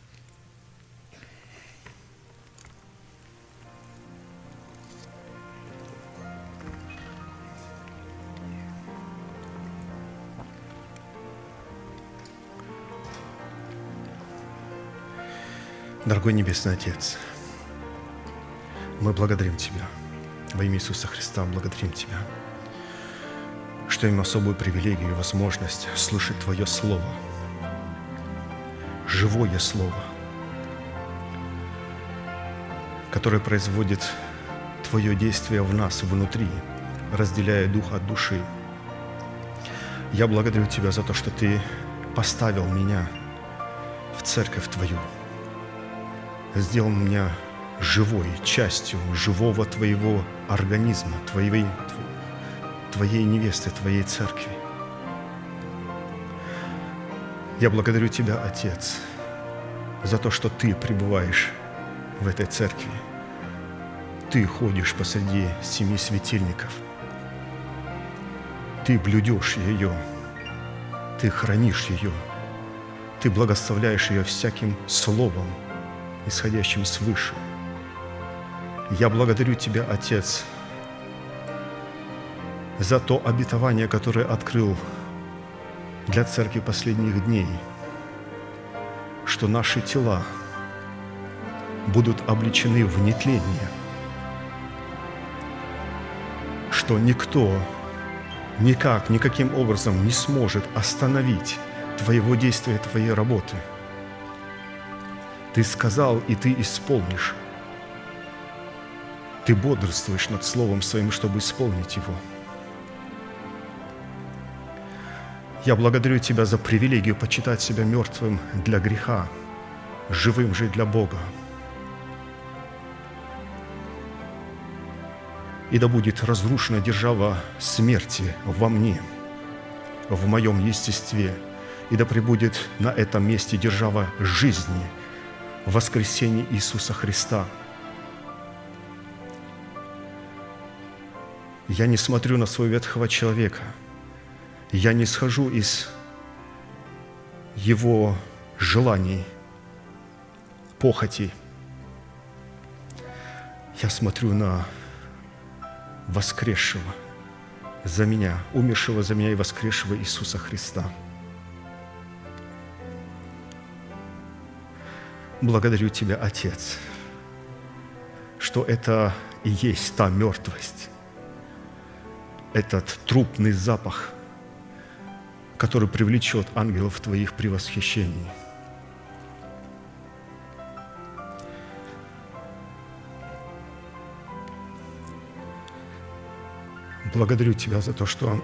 Дорогой Небесный Отец, мы благодарим Тебя во имя Иисуса Христа, благодарим Тебя, что имеем особую привилегию и возможность слышать Твое Слово, живое Слово, которое производит Твое действие в нас, внутри, разделяя дух от души. Я благодарю Тебя за то, что Ты поставил меня в церковь Твою, сделал меня живой частью живого Твоего организма, Твоей, Твоей невесты, Твоей церкви. Я благодарю Тебя, Отец, за то, что Ты пребываешь в этой церкви. Ты ходишь посреди семи светильников. Ты блюдешь ее, Ты хранишь ее, Ты благословляешь ее всяким словом, исходящим свыше. Я благодарю Тебя, Отец, за то обетование, которое открыл для церкви последних дней, что наши тела будут облечены в нетление, что никто никак, никаким образом не сможет остановить Твоего действия, Твоей работы. Ты сказал, и Ты исполнишь. Ты бодрствуешь над Словом Своим, чтобы исполнить его. Я благодарю Тебя за привилегию почитать себя мертвым для греха, живым же для Бога. И да будет разрушена держава смерти во мне, в моем естестве, и да пребудет на этом месте держава жизни, воскресения Иисуса Христа. Я не смотрю на своего ветхого человека, я не схожу из его желаний, похотей. Я смотрю на воскресшего за меня, умершего за меня и воскресшего Иисуса Христа. Благодарю Тебя, Отец, что это и есть та мертвость, этот трупный запах, который привлечет ангелов Твоих при восхищении. Благодарю Тебя за то, что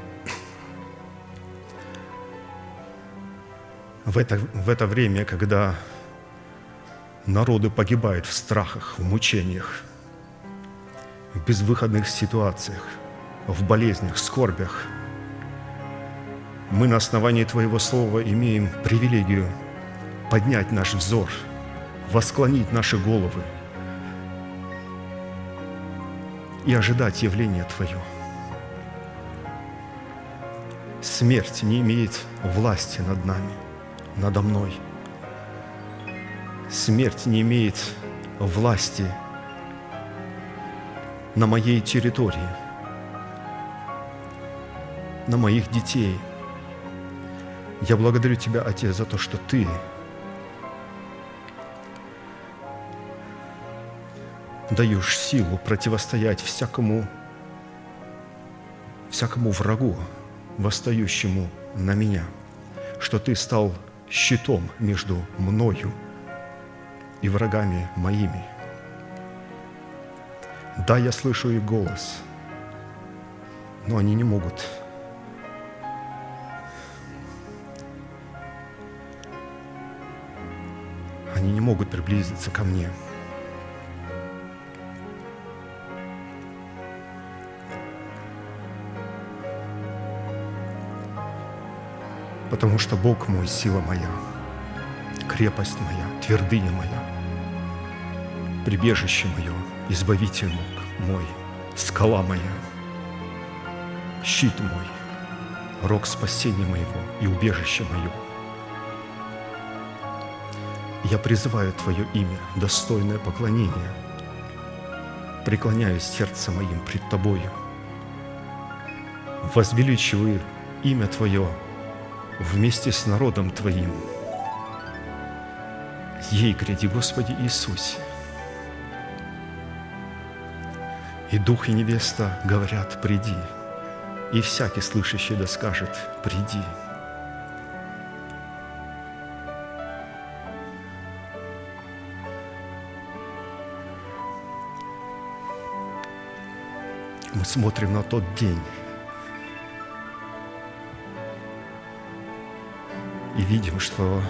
в это, в это время, когда народы погибают в страхах, в мучениях, в безвыходных ситуациях, в болезнях, скорбях, мы на основании Твоего Слова имеем привилегию поднять наш взор, восклонить наши головы и ожидать явления Твое. Смерть не имеет власти над нами, надо мной. Смерть не имеет власти на моей территории, на моих детей. Я благодарю Тебя, Отец, за то, что Ты даешь силу противостоять всякому, всякому врагу, восстающему на меня, что Ты стал щитом между мною и врагами моими. Да, я слышу их голос, но они не могут они не могут приблизиться ко мне. Потому что Бог мой, сила моя, крепость моя, твердыня моя, прибежище мое, избавитель мой, скала моя, щит мой, рог спасения моего и убежище мое. Я призываю Твое имя, достойное поклонения, преклоняюсь сердцем моим пред Тобою, возвеличиваю имя Твое вместе с народом Твоим. Ей гряди, Господи Иисусе. И Дух и невеста говорят: приди, и всякий слышащий да скажет: приди. Мы смотрим на тот день и видим, что,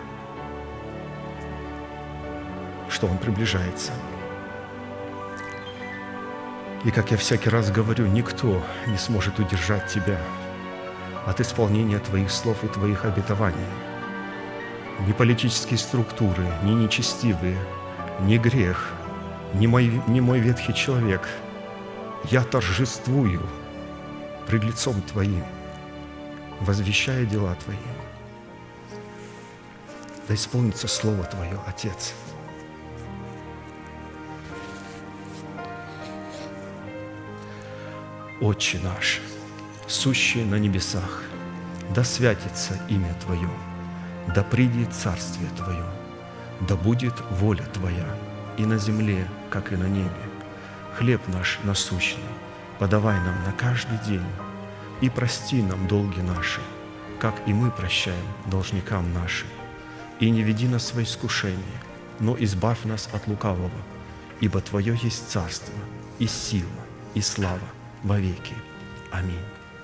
что он приближается. И, как я всякий раз говорю, никто не сможет удержать тебя от исполнения твоих слов и твоих обетований. ни политические структуры, ни нечестивые, ни грех, ни мой, ни мой ветхий человек. Я торжествую пред лицом Твоим, возвещая дела Твои. Да исполнится Слово Твое, Отец. Отче наш, сущий на небесах, да святится имя Твое, да придет царствие Твое, да будет воля Твоя и на земле, как и на небе. Хлеб наш насущный подавай нам на каждый день, и прости нам долги наши, как и мы прощаем должникам нашим. И не веди нас во искушение, но избавь нас от лукавого, ибо Твое есть царство, и сила, и слава вовеки. Аминь.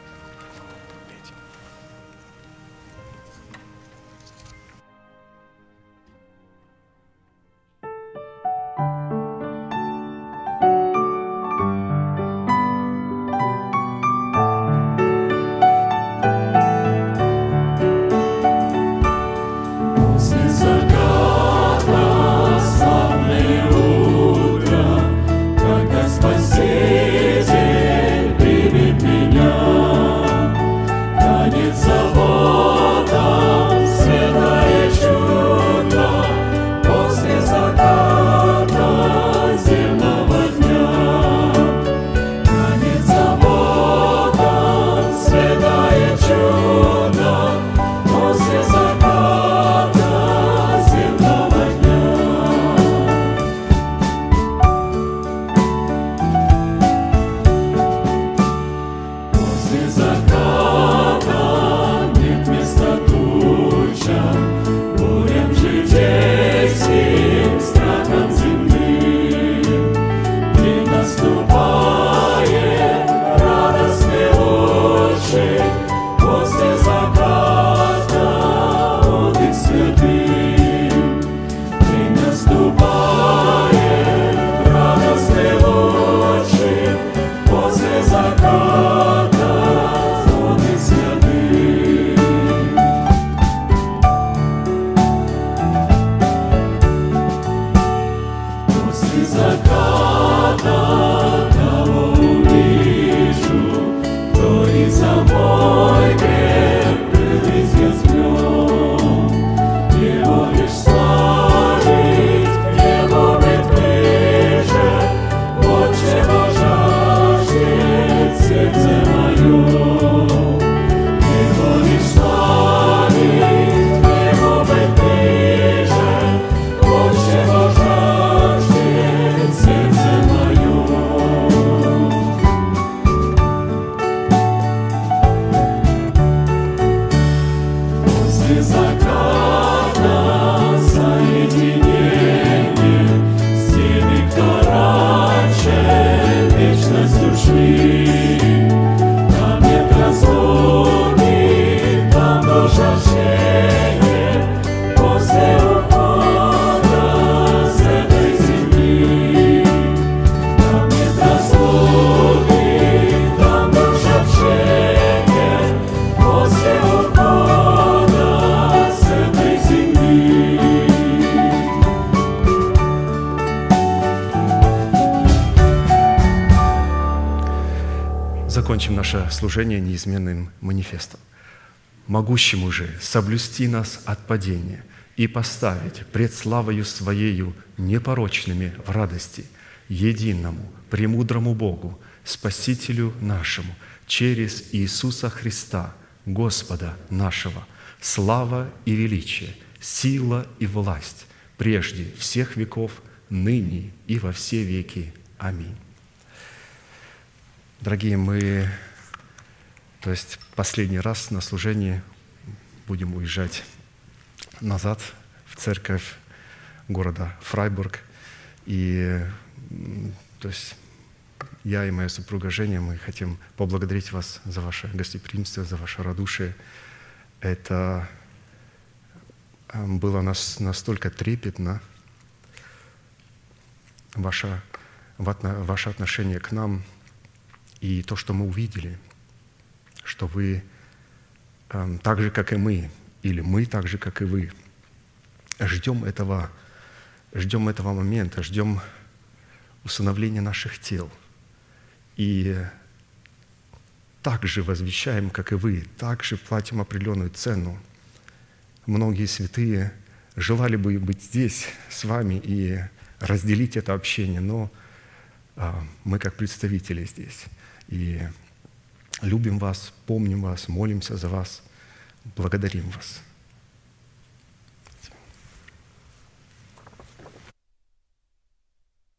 Закончим наше служение неизменным манифестом. «Могущему же соблюсти нас от падения и поставить пред славою Своею непорочными в радости, единому, премудрому Богу, Спасителю нашему, через Иисуса Христа, Господа нашего, слава и величие, сила и власть, прежде всех веков, ныне и во все веки. Аминь». Дорогие, мы, то есть последний раз на служении будем уезжать назад в церковь города Фрайбург. И то есть я и моя супруга Женя, мы хотим поблагодарить вас за ваше гостеприимство, за ваше радушие. Это было нас настолько трепетно, ваше, ваше отношение к нам, и то, что мы увидели, что вы э, так же, как и мы, или мы так же, как и вы, ждем этого, ждем этого момента, ждем усыновления наших тел. И также возвещаем, как и вы, также платим определенную цену. Многие святые желали бы быть здесь с вами и разделить это общение, но а, мы как представители здесь. И любим вас, помним вас, молимся за вас, благодарим вас.